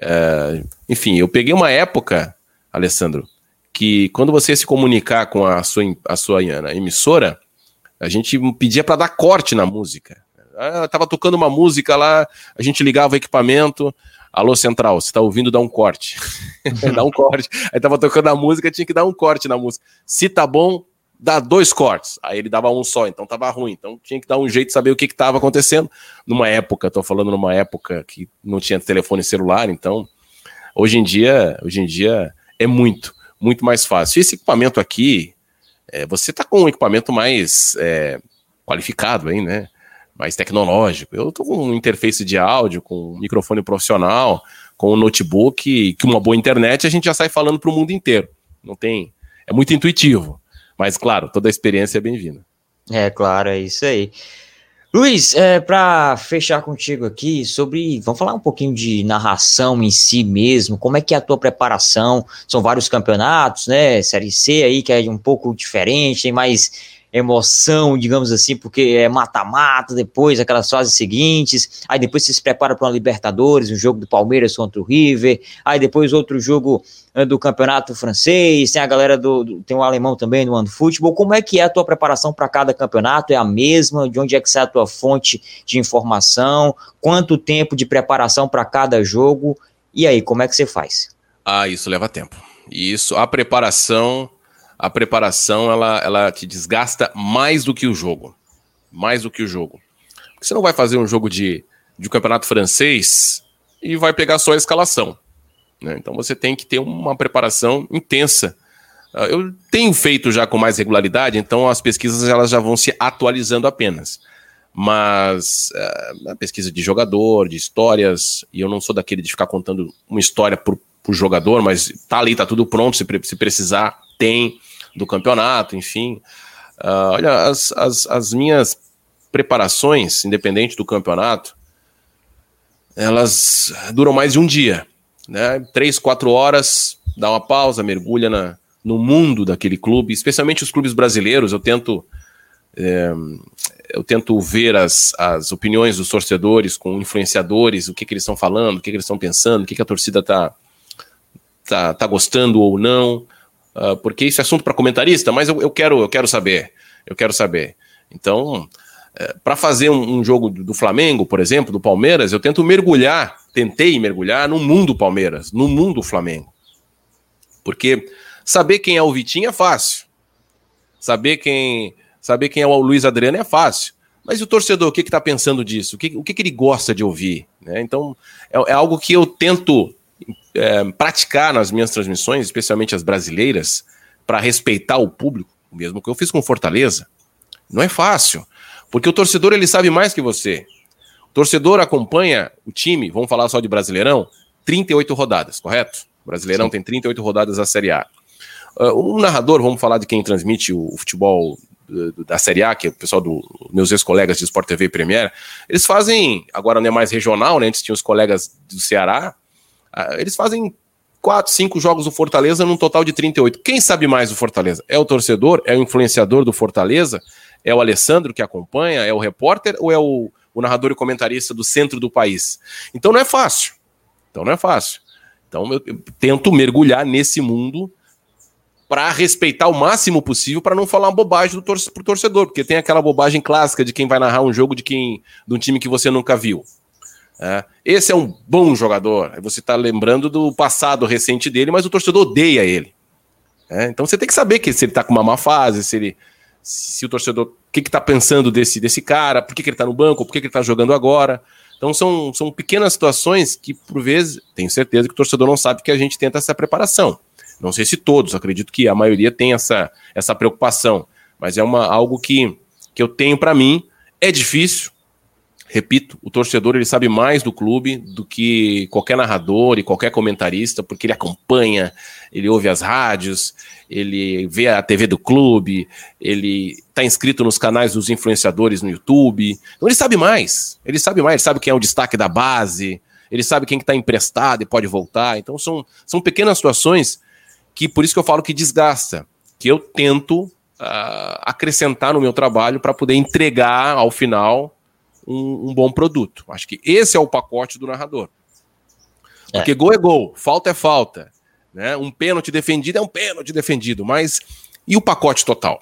S2: é, enfim, eu peguei uma época, Alessandro, que quando você se comunicar com a sua, a sua a emissora, a gente pedia para dar corte na música. Ah, tava tocando uma música lá, a gente ligava o equipamento, alô central, você tá ouvindo, dá um corte. Dá um corte. Aí tava tocando a música, tinha que dar um corte na música. Se tá bom, dá dois cortes. Aí ele dava um só, então tava ruim. Então tinha que dar um jeito de saber o que que tava acontecendo. Numa época, tô falando numa época que não tinha telefone celular, então hoje em dia, hoje em dia é muito, muito mais fácil. E esse equipamento aqui, é, você tá com um equipamento mais é, qualificado aí, né? Mais tecnológico. Eu tô com um interface de áudio, com um microfone profissional, com um notebook, que uma boa internet a gente já sai falando pro mundo inteiro. Não tem, é muito intuitivo. Mas, claro, toda a experiência é bem-vinda.
S1: É, claro, é isso aí. Luiz, é, para fechar contigo aqui, sobre, vamos falar um pouquinho de narração em si mesmo, como é que é a tua preparação? São vários campeonatos, né, Série C aí, que é um pouco diferente, tem mais emoção, digamos assim, porque é mata-mata, depois aquelas fases seguintes, aí depois você se prepara para uma Libertadores, um jogo do Palmeiras contra o River, aí depois outro jogo do campeonato francês, tem a galera do, do tem o alemão também no OneFootball. Como é que é a tua preparação para cada campeonato? É a mesma? De onde é que sai a tua fonte de informação? Quanto tempo de preparação para cada jogo? E aí, como é que você faz?
S2: Ah, isso leva tempo. Isso, a preparação, a preparação, ela, ela te desgasta mais do que o jogo. Mais do que o jogo. Porque você não vai fazer um jogo de, de um campeonato francês e vai pegar só a escalação. Né? Então você tem que ter uma preparação intensa Eu tenho feito já com mais regularidade, então as pesquisas elas já vão se atualizando apenas. Mas uh, a pesquisa de jogador, de histórias, e eu não sou daquele de ficar contando uma história por, por jogador, mas tá ali, tá tudo pronto, se, pre- se precisar, tem do campeonato, enfim. Uh, olha, as, as, as minhas preparações, independente do campeonato, elas duram mais de um dia, né? Três, quatro horas, dá uma pausa, mergulha na, no mundo daquele clube, especialmente os clubes brasileiros. Eu tento... É, eu tento ver as, as opiniões dos torcedores com influenciadores, o que, que eles estão falando, o que, que eles estão pensando, o que, que a torcida está tá, tá gostando ou não, uh, porque isso é assunto para comentarista, mas eu, eu, quero, eu quero saber, eu quero saber. Então, é, para fazer um, um jogo do Flamengo, por exemplo, do Palmeiras, eu tento mergulhar, tentei mergulhar no mundo Palmeiras, no mundo Flamengo, porque saber quem é o Vitinho é fácil, saber quem... Saber quem é o Luiz Adriano é fácil. Mas e o torcedor, o que está pensando disso? O, que, o que, que ele gosta de ouvir? Né? Então, é, é algo que eu tento é, praticar nas minhas transmissões, especialmente as brasileiras, para respeitar o público, mesmo que eu fiz com Fortaleza. Não é fácil, porque o torcedor ele sabe mais que você. O torcedor acompanha o time, vamos falar só de Brasileirão, trinta e oito rodadas, correto? O Brasileirão Sim. tem trinta e oito rodadas da Série A. Uh, um narrador, vamos falar de quem transmite o, o futebol da Série A, que é o pessoal dos meus ex-colegas de Sport T V e Premier, eles fazem, agora não é mais regional, né, antes tinha os colegas do Ceará, eles fazem quatro, cinco jogos do Fortaleza num total de trinta e oito. Quem sabe mais do Fortaleza? É o torcedor? É o influenciador do Fortaleza? É o Alessandro que acompanha? É o repórter? Ou é o, o narrador e comentarista do centro do país? Então não é fácil. Então não é fácil. Então eu, eu tento mergulhar nesse mundo para respeitar o máximo possível, para não falar uma bobagem do tor- pro torcedor, porque tem aquela bobagem clássica de quem vai narrar um jogo de, quem, de um time que você nunca viu. É, esse é um bom jogador, aí você está lembrando do passado recente dele, mas o torcedor odeia ele. É, então você tem que saber que se ele está com uma má fase, se, ele, se o torcedor, o que está pensando desse, desse cara, por que, que ele está no banco, por que, que ele está jogando agora. Então são, são pequenas situações que, por vezes, tenho certeza que o torcedor não sabe que a gente tenta essa preparação. Não sei se todos, acredito que a maioria tem essa, essa preocupação, mas é uma, algo que, que eu tenho para mim. É difícil, repito, o torcedor ele sabe mais do clube do que qualquer narrador e qualquer comentarista, porque ele acompanha, ele ouve as rádios, ele vê a T V do clube, ele está inscrito nos canais dos influenciadores no YouTube, então ele sabe mais, ele sabe mais, ele sabe quem é o destaque da base, ele sabe quem está emprestado e pode voltar. Então são, são pequenas situações que por isso que eu falo que desgasta, que eu tento uh, acrescentar no meu trabalho para poder entregar ao final um, um bom produto. Acho que esse é o pacote do narrador. Porque é. Gol é gol, falta é falta, né? Um pênalti defendido é um pênalti defendido, mas e o pacote total?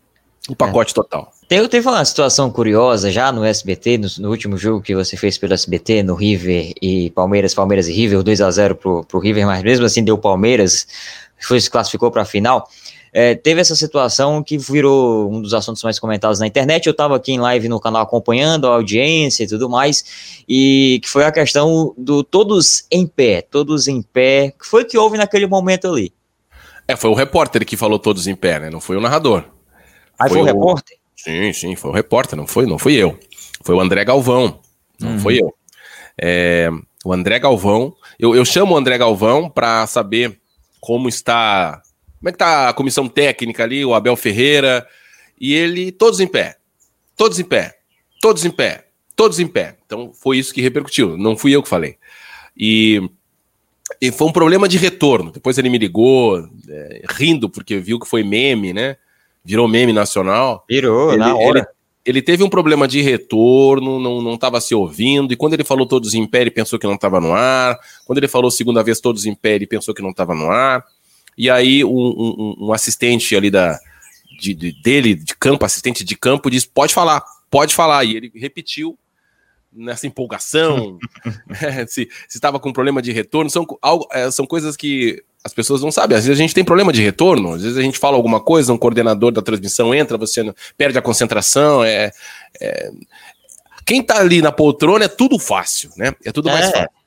S2: O pacote é. total.
S1: Teve, teve uma situação curiosa já no S B T, no, no último jogo que você fez pelo S B T, no River e Palmeiras, Palmeiras e River, dois a zero pro, pro River, mas mesmo assim deu Palmeiras, foi, se classificou para a final. É, teve essa situação que virou um dos assuntos mais comentados na internet. Eu estava aqui em live no canal acompanhando a audiência e tudo mais, e que foi a questão do todos em pé, todos em pé, que foi o que houve naquele momento ali.
S2: É, foi o repórter que falou todos em pé, né? Não foi o narrador.
S1: Aí foi, foi o repórter?
S2: Sim, sim, foi o repórter, não foi, não fui eu. Foi o André Galvão, não uhum. foi eu. É, o André Galvão, eu, eu chamo o André Galvão para saber como está, como é que tá a comissão técnica ali, o Abel Ferreira, e ele, todos em pé, todos em pé, todos em pé, todos em pé. Então foi isso que repercutiu, não fui eu que falei. E, e foi um problema de retorno, depois ele me ligou, é, rindo, porque viu que foi meme, né? Virou meme nacional.
S1: Virou,
S2: ele,
S1: na hora.
S2: Ele, ele teve um problema de retorno, não estava se ouvindo, e quando ele falou todos em pé, ele pensou que não estava no ar. Quando ele falou segunda vez todos em pé, ele pensou que não estava no ar. E aí um, um, um assistente ali da, de, de, dele, de campo, assistente de campo, disse, pode falar, pode falar. E ele repetiu nessa empolgação, né, se estava com problema de retorno. São, algo, é, são coisas que as pessoas não sabem. Às vezes a gente tem problema de retorno, às vezes a gente fala alguma coisa, um coordenador da transmissão entra, você perde a concentração. É, é... Quem tá ali na poltrona é tudo fácil, né? É tudo mais é. fácil.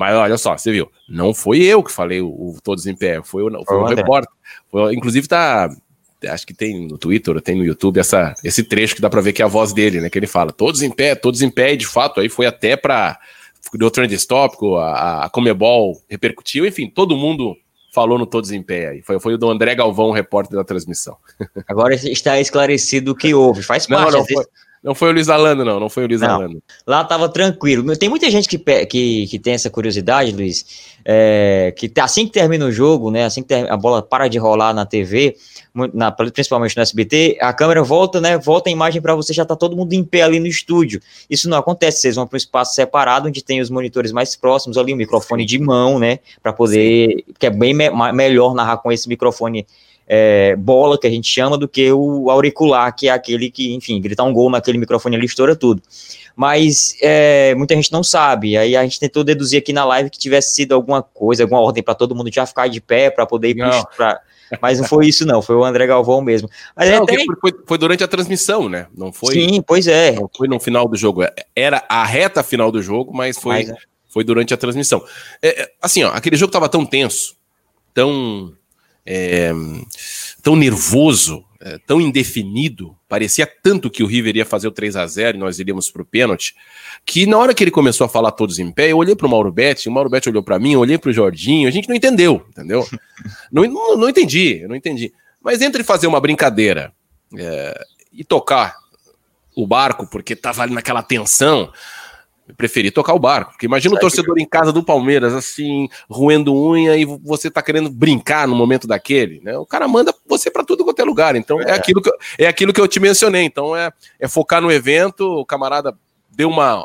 S2: Mas olha só, você viu, não foi eu que falei o, o Todos em Pé, foi o, foi foi o repórter. Foi, inclusive tá, acho que tem no Twitter, tem no YouTube essa, esse trecho que dá pra ver que é a voz dele, né, que ele fala, todos em pé, todos em pé, e de fato aí foi até pra, deu trend tópico, a, a Comebol repercutiu, enfim, todo mundo falou no Todos em Pé aí, foi, foi o do André Galvão, o repórter da transmissão.
S1: Agora está esclarecido o que houve, faz
S2: não,
S1: parte.
S2: Não, foi, não foi o Luiz Alano, não, não foi o Luiz não, Alano.
S1: Lá tava tranquilo. Tem muita gente que, que, que tem essa curiosidade, Luiz, é, que assim que termina o jogo, né, assim que a bola para de rolar na T V, na, principalmente no S B T, a câmera volta, né, volta a imagem para você, já tá todo mundo em pé ali no estúdio. Isso não acontece, vocês vão para um espaço separado, onde tem os monitores mais próximos ali, o microfone Sim. de mão, né, para poder, Sim. que é bem me, melhor narrar com esse microfone É, bola, que a gente chama, do que o auricular, que é aquele que, enfim, gritar um gol naquele microfone ali, estoura tudo. Mas é, muita gente não sabe, aí a gente tentou deduzir aqui na live que tivesse sido alguma coisa, alguma ordem para todo mundo já ficar de pé, para poder ir pro, pra, mas não foi isso não, foi o André Galvão mesmo. Mas
S2: não,
S1: até...
S2: foi, foi durante a transmissão, né? Não foi.
S1: Sim, pois é.
S2: Não foi no final do jogo, era a reta final do jogo, mas foi, mas, é. foi durante a transmissão. É, assim, ó, aquele jogo tava tão tenso, tão... É, tão nervoso, é, tão indefinido, parecia tanto que o River ia fazer o três a zero e nós iríamos pro pênalti, que na hora que ele começou a falar todos em pé, eu olhei pro Mauro Betti, o Mauro Betti olhou pra mim, eu olhei pro Jorginho, a gente não entendeu, entendeu? não, não, não entendi, não entendi. Mas entre fazer uma brincadeira é, e tocar o barco, porque tava ali naquela tensão, eu preferi tocar o barco, porque imagina o torcedor em casa do Palmeiras, assim, roendo unha, e você tá querendo brincar no momento daquele, né? O cara manda você pra tudo quanto é lugar, então é, é, aquilo, que eu, é aquilo que eu te mencionei, então é, é focar no evento, o camarada deu uma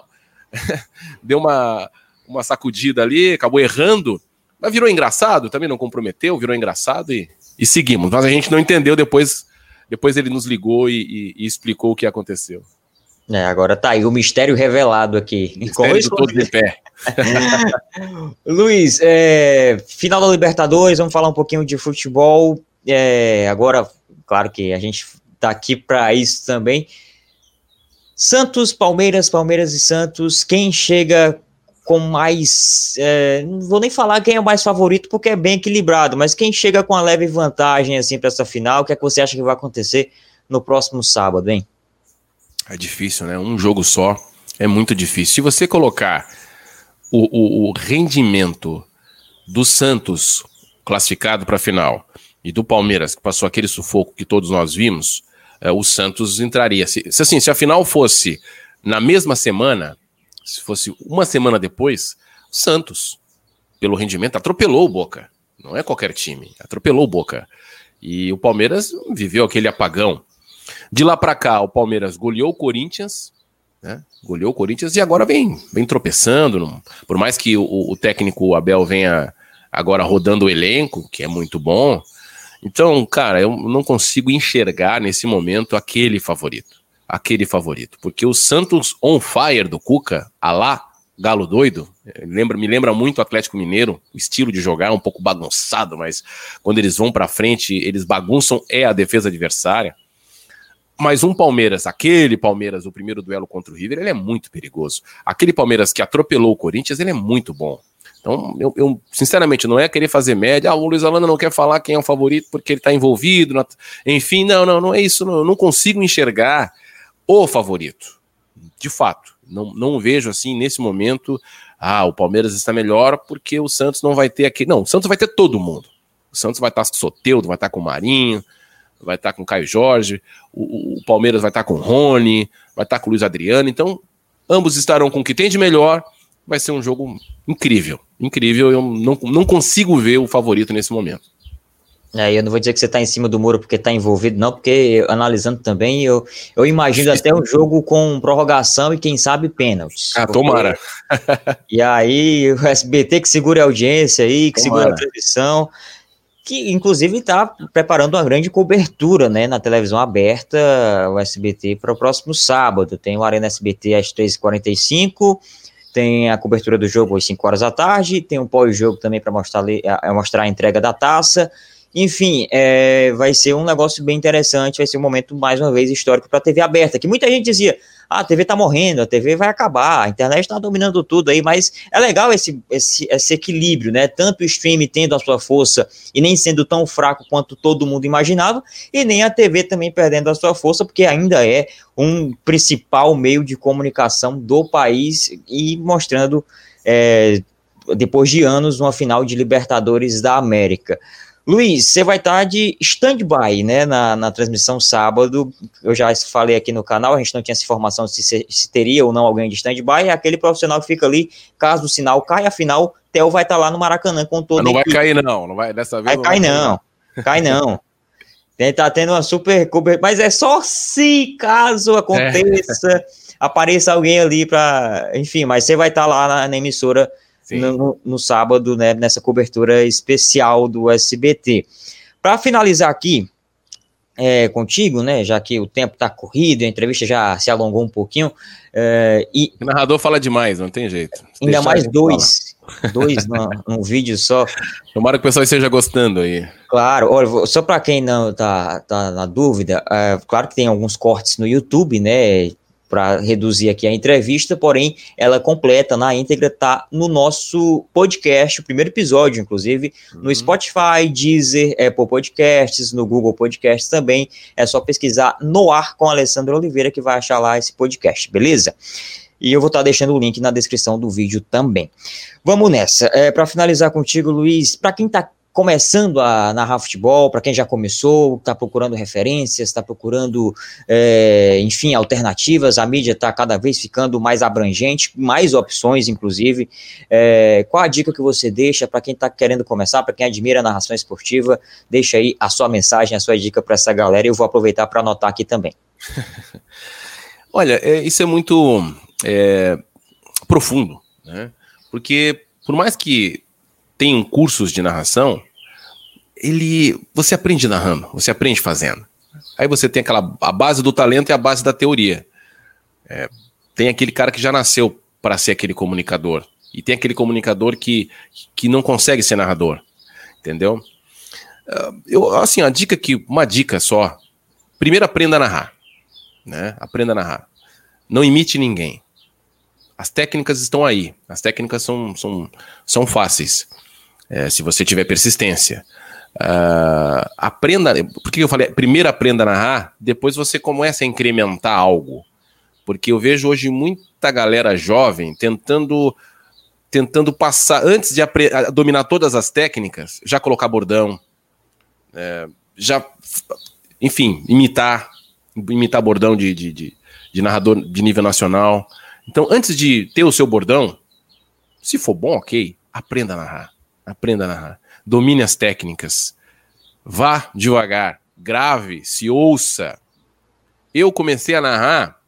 S2: deu uma, uma sacudida ali, acabou errando, mas virou engraçado, também não comprometeu, virou engraçado e, e seguimos, mas a gente não entendeu, depois, depois ele nos ligou e, e, e explicou o que aconteceu.
S1: É, agora tá aí o mistério revelado aqui.
S2: Mistério do Todos em Pé.
S1: Luiz, é, final da Libertadores, vamos falar um pouquinho de futebol. É, agora, claro que a gente tá aqui para isso também. Santos, Palmeiras, Palmeiras e Santos, quem chega com mais... É, não vou nem falar quem é o mais favorito, porque é bem equilibrado, mas quem chega com a leve vantagem assim, para essa final, o que é que você acha que vai acontecer no próximo sábado, hein?
S2: É difícil, né? Um jogo só é muito difícil. Se você colocar o, o, o rendimento do Santos classificado para a final e do Palmeiras, que passou aquele sufoco que todos nós vimos, é, o Santos entraria. Se, se, assim, se a final fosse na mesma semana, se fosse uma semana depois, o Santos, pelo rendimento, atropelou o Boca. Não é qualquer time, atropelou o Boca. E o Palmeiras viveu aquele apagão. De lá para cá, o Palmeiras goleou o Corinthians, né? Goleou o Corinthians e agora vem, vem tropeçando. Não, por mais que o, o técnico Abel venha agora rodando o elenco, que é muito bom. Então, cara, eu não consigo enxergar nesse momento aquele favorito. Aquele favorito. Porque o Santos on fire do Cuca, a lá, Galo doido, lembra, me lembra muito o Atlético Mineiro, o estilo de jogar, um pouco bagunçado, mas quando eles vão para frente, eles bagunçam, é a defesa adversária. Mas um Palmeiras, aquele Palmeiras, o primeiro duelo contra o River, ele é muito perigoso. Aquele Palmeiras que atropelou o Corinthians, ele é muito bom. Então, eu, eu sinceramente, não é querer fazer média, ah, o Luiz Alano não quer falar quem é o favorito porque ele está envolvido, na... enfim, não, não, não é isso, não, eu não consigo enxergar o favorito. De fato, não, não vejo assim, nesse momento, ah, o Palmeiras está melhor porque o Santos não vai ter aqui. Não, o Santos vai ter todo mundo. O Santos vai estar com o Soteldo, vai estar com o Marinho, vai estar com o Caio Jorge, o, o Palmeiras vai estar com o Rony, vai estar com o Luiz Adriano, então ambos estarão com o que tem de melhor, vai ser um jogo incrível, incrível, eu não, não consigo ver o favorito nesse momento.
S1: É, eu não vou dizer que você está em cima do muro porque está envolvido, não, porque analisando também, eu, eu imagino até um jogo com prorrogação e quem sabe pênaltis.
S2: Ah, porque... tomara.
S1: E aí o S B T que segura a audiência aí, que tomara. Segura a transmissão, que inclusive está preparando uma grande cobertura, né, na televisão aberta, o S B T, para o próximo sábado. Tem o Arena S B T às três e quarenta e cinco, tem a cobertura do jogo às cinco horas da tarde, tem um pós-jogo também para mostrar, mostrar a entrega da taça. Enfim, é, vai ser um negócio bem interessante, vai ser um momento, mais uma vez, histórico para a T V aberta, que muita gente dizia, ah, a T V tá morrendo, a T V vai acabar, a internet tá dominando tudo aí, mas é legal esse, esse, esse equilíbrio, né? Tanto o streaming tendo a sua força e nem sendo tão fraco quanto todo mundo imaginava, e nem a T V também perdendo a sua força, porque ainda é um principal meio de comunicação do país e mostrando, é, depois de anos, uma final de Libertadores da América. Luiz, você vai estar de stand-by, né, na, na transmissão sábado. Eu já falei aqui no canal, a gente não tinha essa informação se, se teria ou não alguém de stand-by. É aquele profissional que fica ali, caso o sinal caia, afinal, Theo vai estar lá no Maracanã com todo.
S2: Não vai cair não, não vai, dessa vez
S1: vai
S2: não
S1: cair
S2: vai
S1: não, cair, cai não. Ele tá tendo uma super cobertura, mas é só se caso aconteça, é. apareça alguém ali para, enfim, mas você vai estar lá na, na emissora No, no sábado, né, nessa cobertura especial do S B T. Para finalizar aqui é, contigo, né, já que o tempo está corrido, a entrevista já se alongou um pouquinho. É, e
S2: o narrador fala demais, não tem jeito.
S1: Se ainda mais dois, falar. dois num, num vídeo só.
S2: Tomara que o pessoal esteja gostando aí.
S1: Claro, olha, só para quem não tá, tá na dúvida, é, claro que tem alguns cortes no YouTube, né, para reduzir aqui a entrevista, porém, ela completa na íntegra, tá no nosso podcast, o primeiro episódio, inclusive, uhum. no Spotify, Deezer, Apple Podcasts, no Google Podcasts também, é só pesquisar No Ar com Alessandro Oliveira, que vai achar lá esse podcast, beleza? E eu vou estar deixando o link na descrição do vídeo também. Vamos nessa, é, para finalizar contigo, Luiz, para quem tá começando a narrar futebol, para quem já começou, está procurando referências, está procurando, é, enfim, alternativas, a mídia está cada vez ficando mais abrangente, mais opções, inclusive. É, qual a dica que você deixa para quem está querendo começar, para quem admira a narração esportiva? Deixa aí a sua mensagem, a sua dica para essa galera, e eu vou aproveitar para anotar aqui também.
S2: Olha, é, isso é muito é, profundo, né? Porque por mais que tenham cursos de narração, ele, você aprende narrando, você aprende fazendo. Aí você tem aquela, a base do talento e a base da teoria. É, tem aquele cara que já nasceu para ser aquele comunicador. E tem aquele comunicador que, que não consegue ser narrador. Entendeu? Eu, assim, a dica que, uma dica só. Primeiro, aprenda a narrar. Né? Aprenda a narrar. Não imite ninguém. As técnicas estão aí. As técnicas são, são, são fáceis. É, se você tiver persistência. Uh, aprenda, por que eu falei? Primeiro aprenda a narrar, depois você começa a incrementar algo. Porque eu vejo hoje muita galera jovem tentando, tentando passar, antes de apre- dominar todas as técnicas, já colocar bordão, é, já, enfim, imitar, imitar bordão de, de, de, de narrador de nível nacional. Então, antes de ter o seu bordão, se for bom, ok, aprenda a narrar. Aprenda a narrar. Domine as técnicas. Vá devagar. Grave, se ouça. Eu comecei a narrar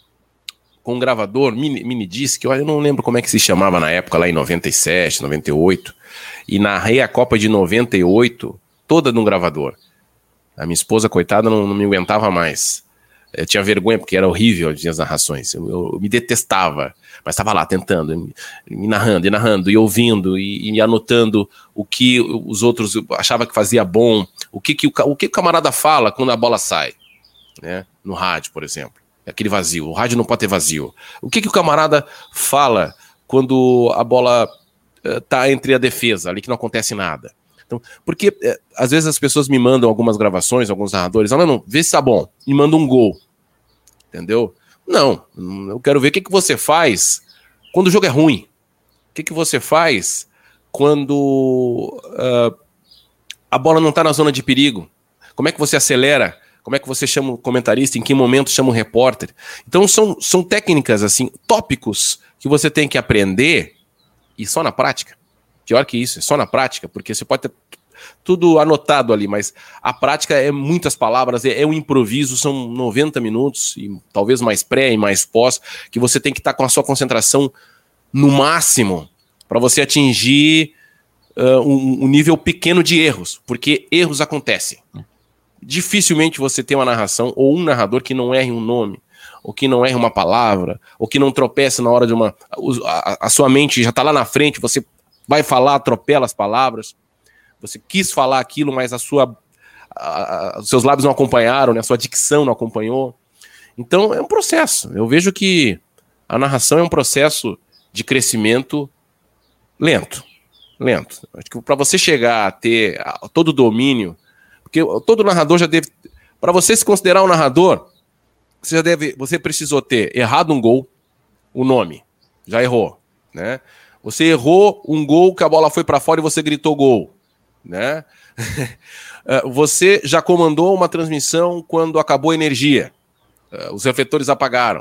S2: com um gravador, mini, mini disc, eu não lembro como é que se chamava na época, lá em noventa e sete, noventa e oito, e narrei a Copa de noventa e oito toda num gravador. A minha esposa, coitada, não, não me aguentava mais. Eu tinha vergonha, porque era horrível as minhas narrações. Eu, eu, eu me detestava, mas estava lá tentando, me, me narrando, e narrando, e ouvindo, e, e anotando o que os outros achavam que fazia bom, o que, que o, o que o camarada fala quando a bola sai, né? No rádio, por exemplo. Aquele vazio. O rádio não pode ter vazio. O que, que o camarada fala quando a bola está uh, entre a defesa, ali que não acontece nada. Então, porque uh, às vezes as pessoas me mandam algumas gravações, alguns narradores, ah, não, vê se tá bom, e mandam um gol. Entendeu? Não, eu quero ver o que, que você faz quando o jogo é ruim. O que, que você faz quando uh, a bola não está na zona de perigo. Como é que você acelera? Como é que você chama o comentarista? Em que momento chama o repórter? Então são, são técnicas, assim, tópicos que você tem que aprender e só na prática. Pior que isso, é só na prática, porque você pode ter tudo anotado ali, mas a prática é muitas palavras, é, é um improviso, são noventa minutos, e talvez mais pré e mais pós, que você tem que estar com a sua concentração no máximo para você atingir uh, um, um nível pequeno de erros, porque erros acontecem. Dificilmente você tem uma narração ou um narrador que não erre um nome, ou que não erre uma palavra, ou que não tropece na hora de uma... A, a sua mente já está lá na frente, você vai falar, atropela as palavras, você quis falar aquilo, mas a sua, a, a, os seus lábios não acompanharam, né? A sua dicção não acompanhou. Então é um processo. Eu vejo que a narração é um processo de crescimento lento. Lento. Acho que para você chegar a ter todo o domínio, porque todo narrador já deve. Para você se considerar um narrador, você já deve. Você precisou ter errado um gol, o nome. Já errou, né? Você errou um gol que a bola foi para fora e você gritou gol, né? Você já comandou uma transmissão quando acabou a energia, os refletores apagaram.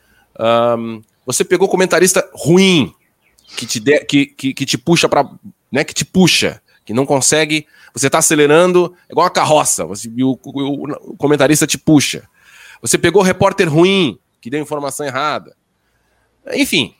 S2: Um, você pegou comentarista ruim que te, de, que, que, que te puxa para, né? Que te puxa, que não consegue. Você está acelerando igual a carroça. Você, o, o, o comentarista te puxa. Você pegou repórter ruim que deu informação errada. Enfim.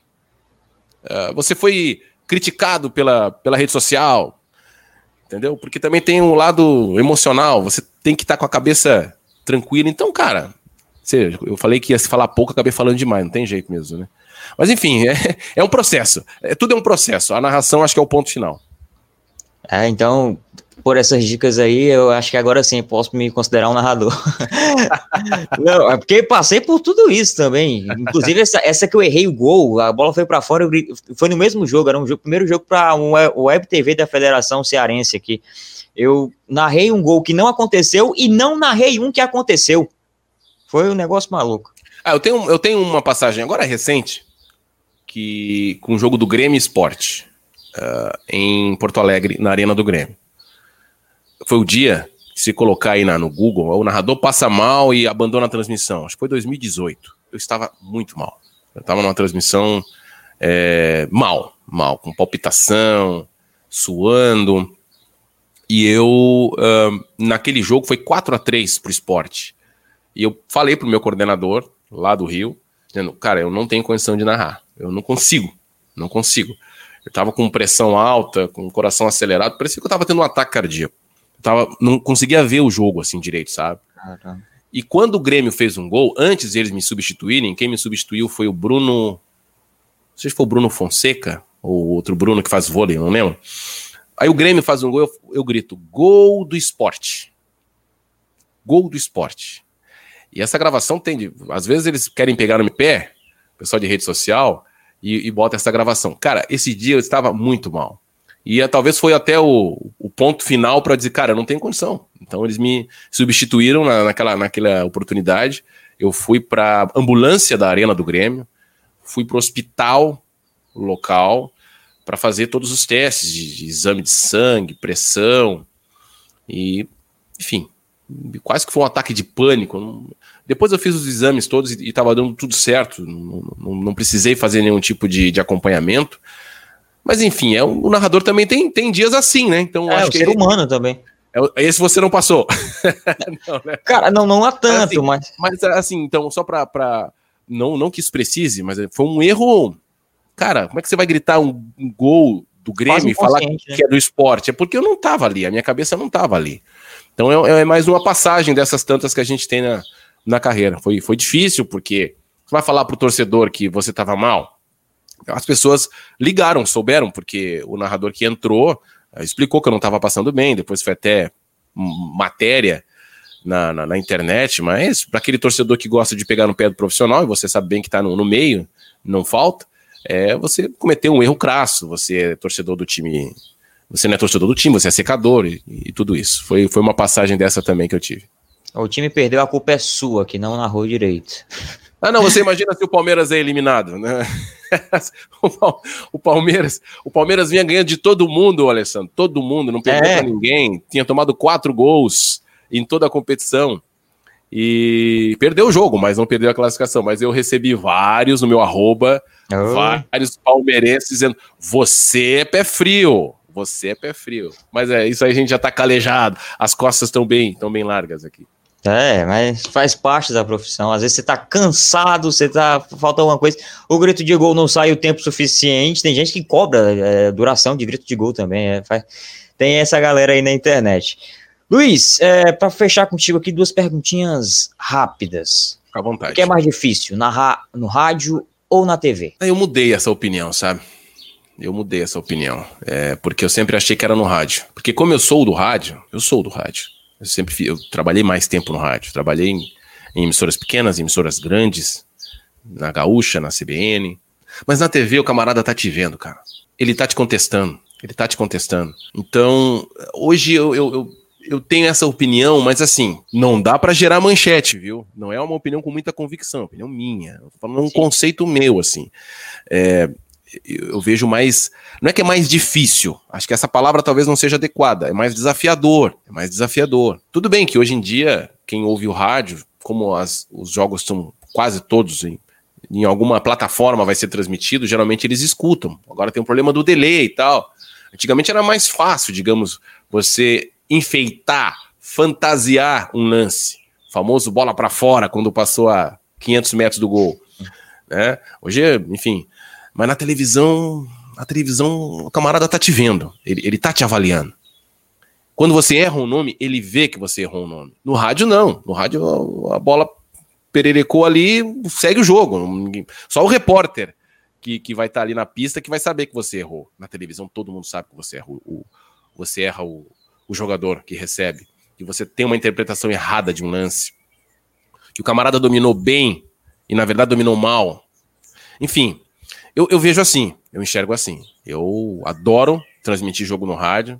S2: Uh, você foi criticado pela, pela rede social, entendeu? Porque também tem um lado emocional, você tem que estar tá com a cabeça tranquila. Então, cara, você, eu falei que ia se falar pouco, acabei falando demais, não tem jeito mesmo, né? Mas enfim, é, é um processo, é, tudo é um processo, a narração acho que é o ponto final.
S1: É, então, por essas dicas aí, eu acho que agora sim posso me considerar um narrador. Não, é porque passei por tudo isso também. Inclusive, essa, essa que eu errei o gol, a bola foi para fora, eu, foi no mesmo jogo, era um jogo, primeiro jogo para um Web T V da Federação Cearense aqui. Eu narrei um gol que não aconteceu e não narrei um que aconteceu. Foi um negócio maluco.
S2: Ah, eu tenho, eu tenho uma passagem agora recente, que, com o jogo do Grêmio Sport. Uh, em Porto Alegre, na Arena do Grêmio. Foi o dia que, se colocar aí na, no Google, o narrador passa mal e abandona a transmissão. Acho que foi dois mil e dezoito. Eu estava muito mal. Eu estava numa transmissão é, mal, mal, com palpitação, suando. E eu, uh, naquele jogo, foi quatro a três pro Sport. E eu falei pro meu coordenador, lá do Rio, dizendo, cara, eu não tenho condição de narrar. Eu não consigo, não consigo. Eu tava com pressão alta, com o coração acelerado, parecia que eu tava tendo um ataque cardíaco. Eu tava, não conseguia ver o jogo assim direito, sabe? Caramba. E quando o Grêmio fez um gol, antes de eles me substituírem, quem me substituiu foi o Bruno... Não sei se foi o Bruno Fonseca, ou outro Bruno que faz vôlei, não lembro. Aí o Grêmio faz um gol, eu, eu grito, gol do Sport. Gol do Sport. E essa gravação tem... De, às vezes eles querem pegar no meu pé, pessoal de rede social... E, e bota essa gravação. Cara, esse dia eu estava muito mal. E talvez foi até o, o ponto final para dizer, cara, eu não tenho condição. Então eles me substituíram na, naquela, naquela oportunidade. Eu fui para a ambulância da Arena do Grêmio, fui para o hospital local para fazer todos os testes de, de exame de sangue, pressão. E, enfim, quase que foi um ataque de pânico. Não... Depois eu fiz os exames todos e estava dando tudo certo, não, não, não precisei fazer nenhum tipo de, de acompanhamento. Mas enfim, é, o narrador também tem, tem dias assim, né? Então,
S1: é,
S2: acho
S1: o
S2: que
S1: ser
S2: ele,
S1: humano também.
S2: É, esse você não passou. Não, né?
S1: Cara, não, não há tanto,
S2: mas... Assim, mas... mas assim, então, só para... Pra... Não, não que isso precise, mas foi um erro... Cara, como é que você vai gritar um, um gol do Grêmio e falar que, né? que é do Sport? É porque eu não tava ali, a minha cabeça não tava ali. Então é, é mais uma passagem dessas tantas que a gente tem na... na carreira. Foi, foi difícil, porque você vai falar pro torcedor que você estava mal, as pessoas ligaram, souberam, porque o narrador que entrou uh, explicou que eu não estava passando bem, depois foi até matéria na, na, na internet, mas para aquele torcedor que gosta de pegar no pé do profissional, e você sabe bem que está no, no meio, não falta, é, você cometeu um erro crasso, você é torcedor do time, você não é torcedor do time, você é secador e, e tudo isso. Foi, foi uma passagem dessa também que eu tive.
S1: O time perdeu, a culpa é sua, que não narrou direito.
S2: Ah, não, você imagina se o Palmeiras é eliminado, né? O Palmeiras, o Palmeiras vinha ganhando de todo mundo, Alessandro, todo mundo, não perdeu é. pra ninguém, tinha tomado quatro gols em toda a competição e perdeu o jogo, mas não perdeu a classificação. Mas eu recebi vários no meu arroba, oh. vários palmeirenses dizendo, você é pé frio, você é pé frio. Mas é, isso aí a gente já tá calejado, as costas estão bem, estão bem largas aqui.
S1: É, mas faz parte da profissão. Às vezes você tá cansado, você tá, falta alguma coisa, o grito de gol não sai o tempo suficiente, tem gente que cobra é, duração de grito de gol também, é, faz, tem essa galera aí na internet. Luiz, é, para fechar contigo aqui, duas perguntinhas rápidas.
S2: Fica à vontade.
S1: O que é mais difícil, narrar no rádio ou na T V?
S2: Eu mudei essa opinião, sabe? Eu mudei essa opinião, é, porque eu sempre achei que era no rádio. Porque como eu sou do rádio, eu sou do rádio. Eu sempre eu trabalhei mais tempo no rádio, trabalhei em, em emissoras pequenas, em emissoras grandes, na Gaúcha, na C B N. Mas na T V o camarada tá te vendo, cara. Ele tá te contestando. Ele tá te contestando. Então, hoje eu, eu, eu, eu tenho essa opinião, mas assim, não dá pra gerar manchete, viu? Não é uma opinião com muita convicção, é uma opinião minha. Eu tô falando um Sim. conceito meu, assim. É, eu vejo mais... Não é que é mais difícil. Acho que essa palavra talvez não seja adequada. É mais desafiador. É mais desafiador. Tudo bem que hoje em dia, quem ouve o rádio, como as, os jogos são quase todos em, em alguma plataforma vai ser transmitido, geralmente eles escutam. Agora tem um problema do delay e tal. Antigamente era mais fácil, digamos, você enfeitar, fantasiar um lance. O famoso bola para fora, quando passou a quinhentos metros do gol. Né? Hoje, enfim... Mas na televisão, na televisão o camarada tá te vendo, ele, ele tá te avaliando. Quando você erra um nome, ele vê que você errou um nome. No rádio não, no rádio a bola pererecou ali, segue o jogo. Só o repórter que, que vai estar tá ali na pista que vai saber que você errou. Na televisão todo mundo sabe que você erra o, você erra o, o jogador que recebe, que você tem uma interpretação errada de um lance, que o camarada dominou bem e na verdade dominou mal. Enfim... Eu, eu vejo assim, eu enxergo assim. Eu adoro transmitir jogo no rádio,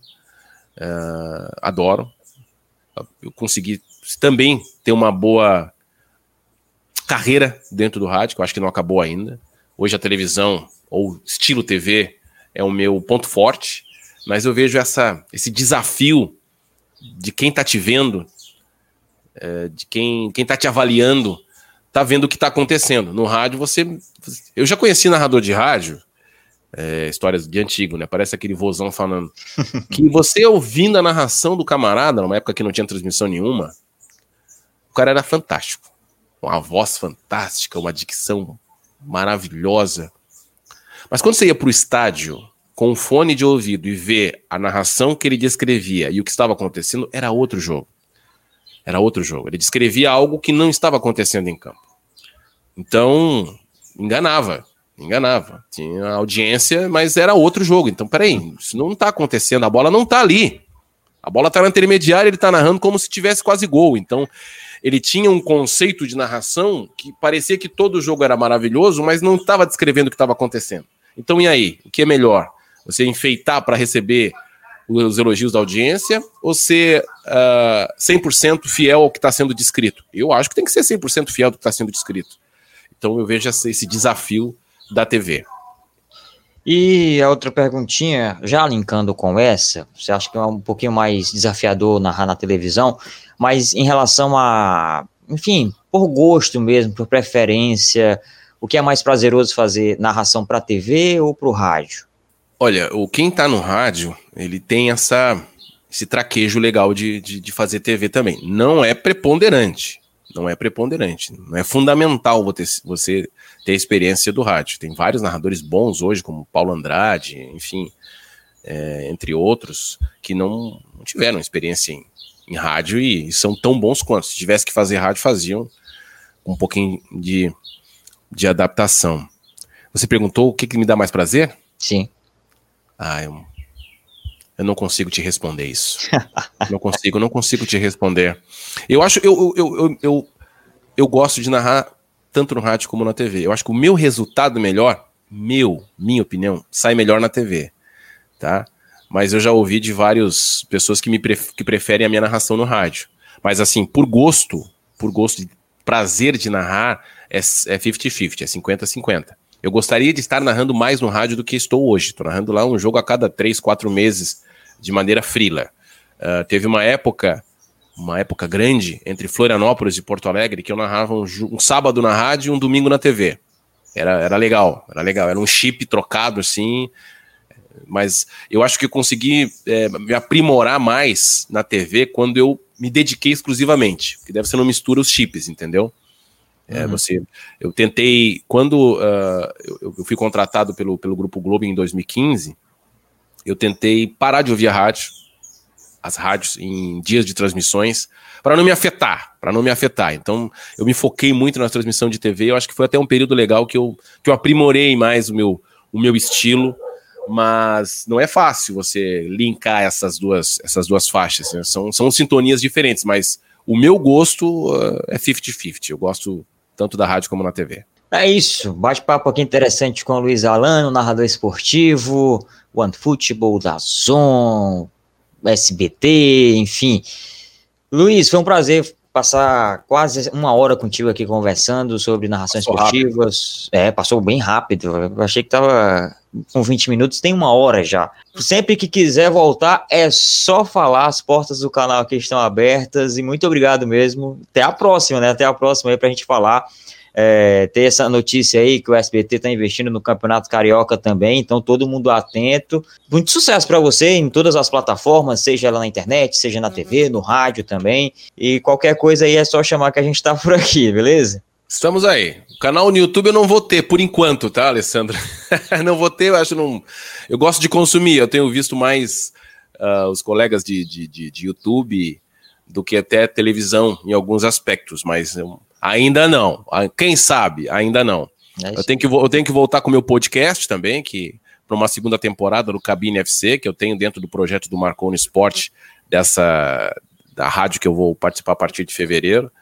S2: uh, adoro. Eu consegui também ter uma boa carreira dentro do rádio, que eu acho que não acabou ainda. Hoje a televisão, ou estilo T V, é o meu ponto forte, mas eu vejo essa, esse desafio de quem está te vendo, uh, de quem quem está te avaliando, tá vendo o que tá acontecendo. No rádio, você... Eu já conheci narrador de rádio, é, histórias de antigo, né? Parece aquele vozão falando. Que você ouvindo a narração do camarada, numa época que não tinha transmissão nenhuma, o cara era fantástico. Uma voz fantástica, uma dicção maravilhosa. Mas quando você ia pro estádio, com um fone de ouvido e ver a narração que ele descrevia e o que estava acontecendo, era outro jogo. Era outro jogo. Ele descrevia algo que não estava acontecendo em campo. Então, enganava. Enganava. Tinha audiência, mas era outro jogo. Então, peraí, isso não está acontecendo. A bola não está ali. A bola está na intermediária, ele está narrando como se tivesse quase gol. Então, ele tinha um conceito de narração que parecia que todo o jogo era maravilhoso, mas não estava descrevendo o que estava acontecendo. Então, e aí? O que é melhor? Você enfeitar para receber os elogios da audiência ou ser uh, cem por cento fiel ao que está sendo descrito? Eu acho que tem que ser cem por cento fiel ao que está sendo descrito. Então eu vejo esse desafio da T V.
S1: E a outra perguntinha, já linkando com essa, você acha que é um pouquinho mais desafiador narrar na televisão, mas em relação a, enfim, por gosto mesmo, por preferência, o que é mais prazeroso fazer, narração para a T V ou para o rádio?
S2: Olha, o quem tá no rádio, ele tem essa, esse traquejo legal de, de, de fazer T V também. Não é preponderante, não é preponderante, não é fundamental você, você ter a experiência do rádio. Tem vários narradores bons hoje, como Paulo Andrade, enfim, é, entre outros, que não, não tiveram experiência em, em rádio e, e são tão bons quanto. Se tivesse que fazer rádio, faziam com um pouquinho de, de adaptação. Você perguntou o que, que me dá mais prazer?
S1: Sim.
S2: Ah, eu, eu não consigo te responder isso. Não consigo, não consigo te responder. Eu acho, eu, eu, eu, eu, eu gosto de narrar tanto no rádio como na T V. Eu acho que o meu resultado melhor, meu, minha opinião, sai melhor na T V, tá? Mas eu já ouvi de várias pessoas que, me pref- que preferem a minha narração no rádio. Mas assim, por gosto, por gosto de prazer de narrar, é cinquenta cinquenta, é cinquenta cinquenta. Eu gostaria de estar narrando mais no rádio do que estou hoje. Estou narrando lá um jogo a cada três, quatro meses, de maneira frila. Uh, teve uma época, uma época grande, entre Florianópolis e Porto Alegre, que eu narrava um, um sábado na rádio e um domingo na T V. Era, era legal, era legal. Era um chip trocado, assim. Mas eu acho que eu consegui é, me aprimorar mais na T V quando eu me dediquei exclusivamente. Porque deve ser uma mistura os chips, entendeu? É, uhum. você, eu tentei, quando uh, eu, eu fui contratado pelo, pelo Grupo Globo em dois mil e quinze, eu tentei parar de ouvir a rádio, as rádios em dias de transmissões, para não me afetar, para não me afetar. Então, eu me foquei muito na transmissão de T V, eu acho que foi até um período legal que eu, que eu aprimorei mais o meu, o meu estilo, mas não é fácil você linkar essas duas, essas duas faixas, né? são, são sintonias diferentes, mas o meu gosto uh, é cinquenta cinquenta. Eu gosto tanto da rádio como na T V.
S1: É isso, bate-papo aqui interessante com o Luiz Alano, narrador esportivo, OneFootball, DAZN, S B T, enfim. Luiz, foi um prazer passar quase uma hora contigo aqui conversando sobre narrações passou esportivas. Rápido. É, passou bem rápido. Eu achei que tava com vinte minutos, tem uma hora já. Sempre que quiser voltar, é só falar, as portas do canal aqui estão abertas, e muito obrigado mesmo. Até a próxima, né? Até a próxima aí pra gente falar. É, ter essa notícia aí que o S B T está investindo no Campeonato Carioca também, então todo mundo atento. Muito sucesso para você em todas as plataformas, seja lá na internet, seja na T V, no rádio também, e qualquer coisa aí é só chamar que a gente tá por aqui, beleza?
S2: Estamos aí. O canal no YouTube eu não vou ter por enquanto, tá, Alessandro? Não vou ter, eu acho não. Eu gosto de consumir, eu tenho visto mais uh, os colegas de, de, de, de YouTube do que até televisão em alguns aspectos, mas eu ainda não. Quem sabe? Ainda não. É eu, tenho que, eu tenho que voltar com o meu podcast também, que para uma segunda temporada do Cabine F C, que eu tenho dentro do projeto do Marconi Sport, dessa, da rádio que eu vou participar a partir de fevereiro.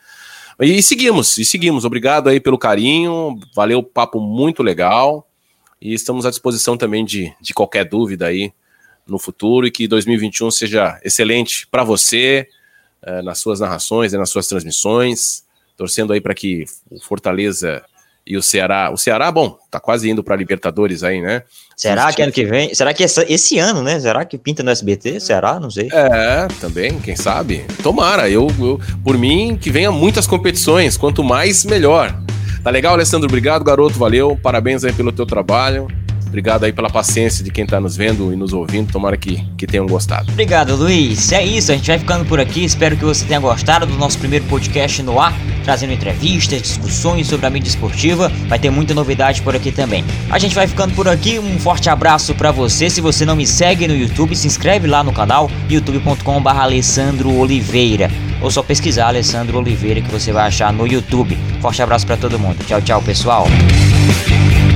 S2: E seguimos, e seguimos. Obrigado aí pelo carinho, valeu, papo muito legal, e estamos à disposição também de, de qualquer dúvida aí no futuro, e que dois mil e vinte e um seja excelente para você, eh, nas suas narrações e nas suas transmissões. Torcendo aí para que o Fortaleza e o Ceará... O Ceará, bom, tá quase indo para Libertadores aí, né?
S1: Será que ano que vem... Será que essa, esse ano, né? Será que pinta no S B T? Será? Não sei.
S2: É, também, quem sabe? Tomara, eu, eu por mim, que venha muitas competições. Quanto mais, melhor. Tá legal, Alessandro? Obrigado, garoto, valeu. Parabéns aí pelo teu trabalho. Obrigado aí pela paciência de quem tá nos vendo e nos ouvindo. Tomara que, que tenham gostado.
S1: Obrigado, Luiz. É isso, a gente vai ficando por aqui. Espero que você tenha gostado do nosso primeiro podcast no ar, trazendo entrevistas, discussões sobre a mídia esportiva. Vai ter muita novidade por aqui também. A gente vai ficando por aqui. Um forte abraço pra você. Se você não me segue no YouTube, se inscreve lá no canal youtube ponto com barra Alessandro Oliveira. Ou só pesquisar Alessandro Oliveira que você vai achar no YouTube. Forte abraço pra todo mundo. Tchau, tchau, pessoal.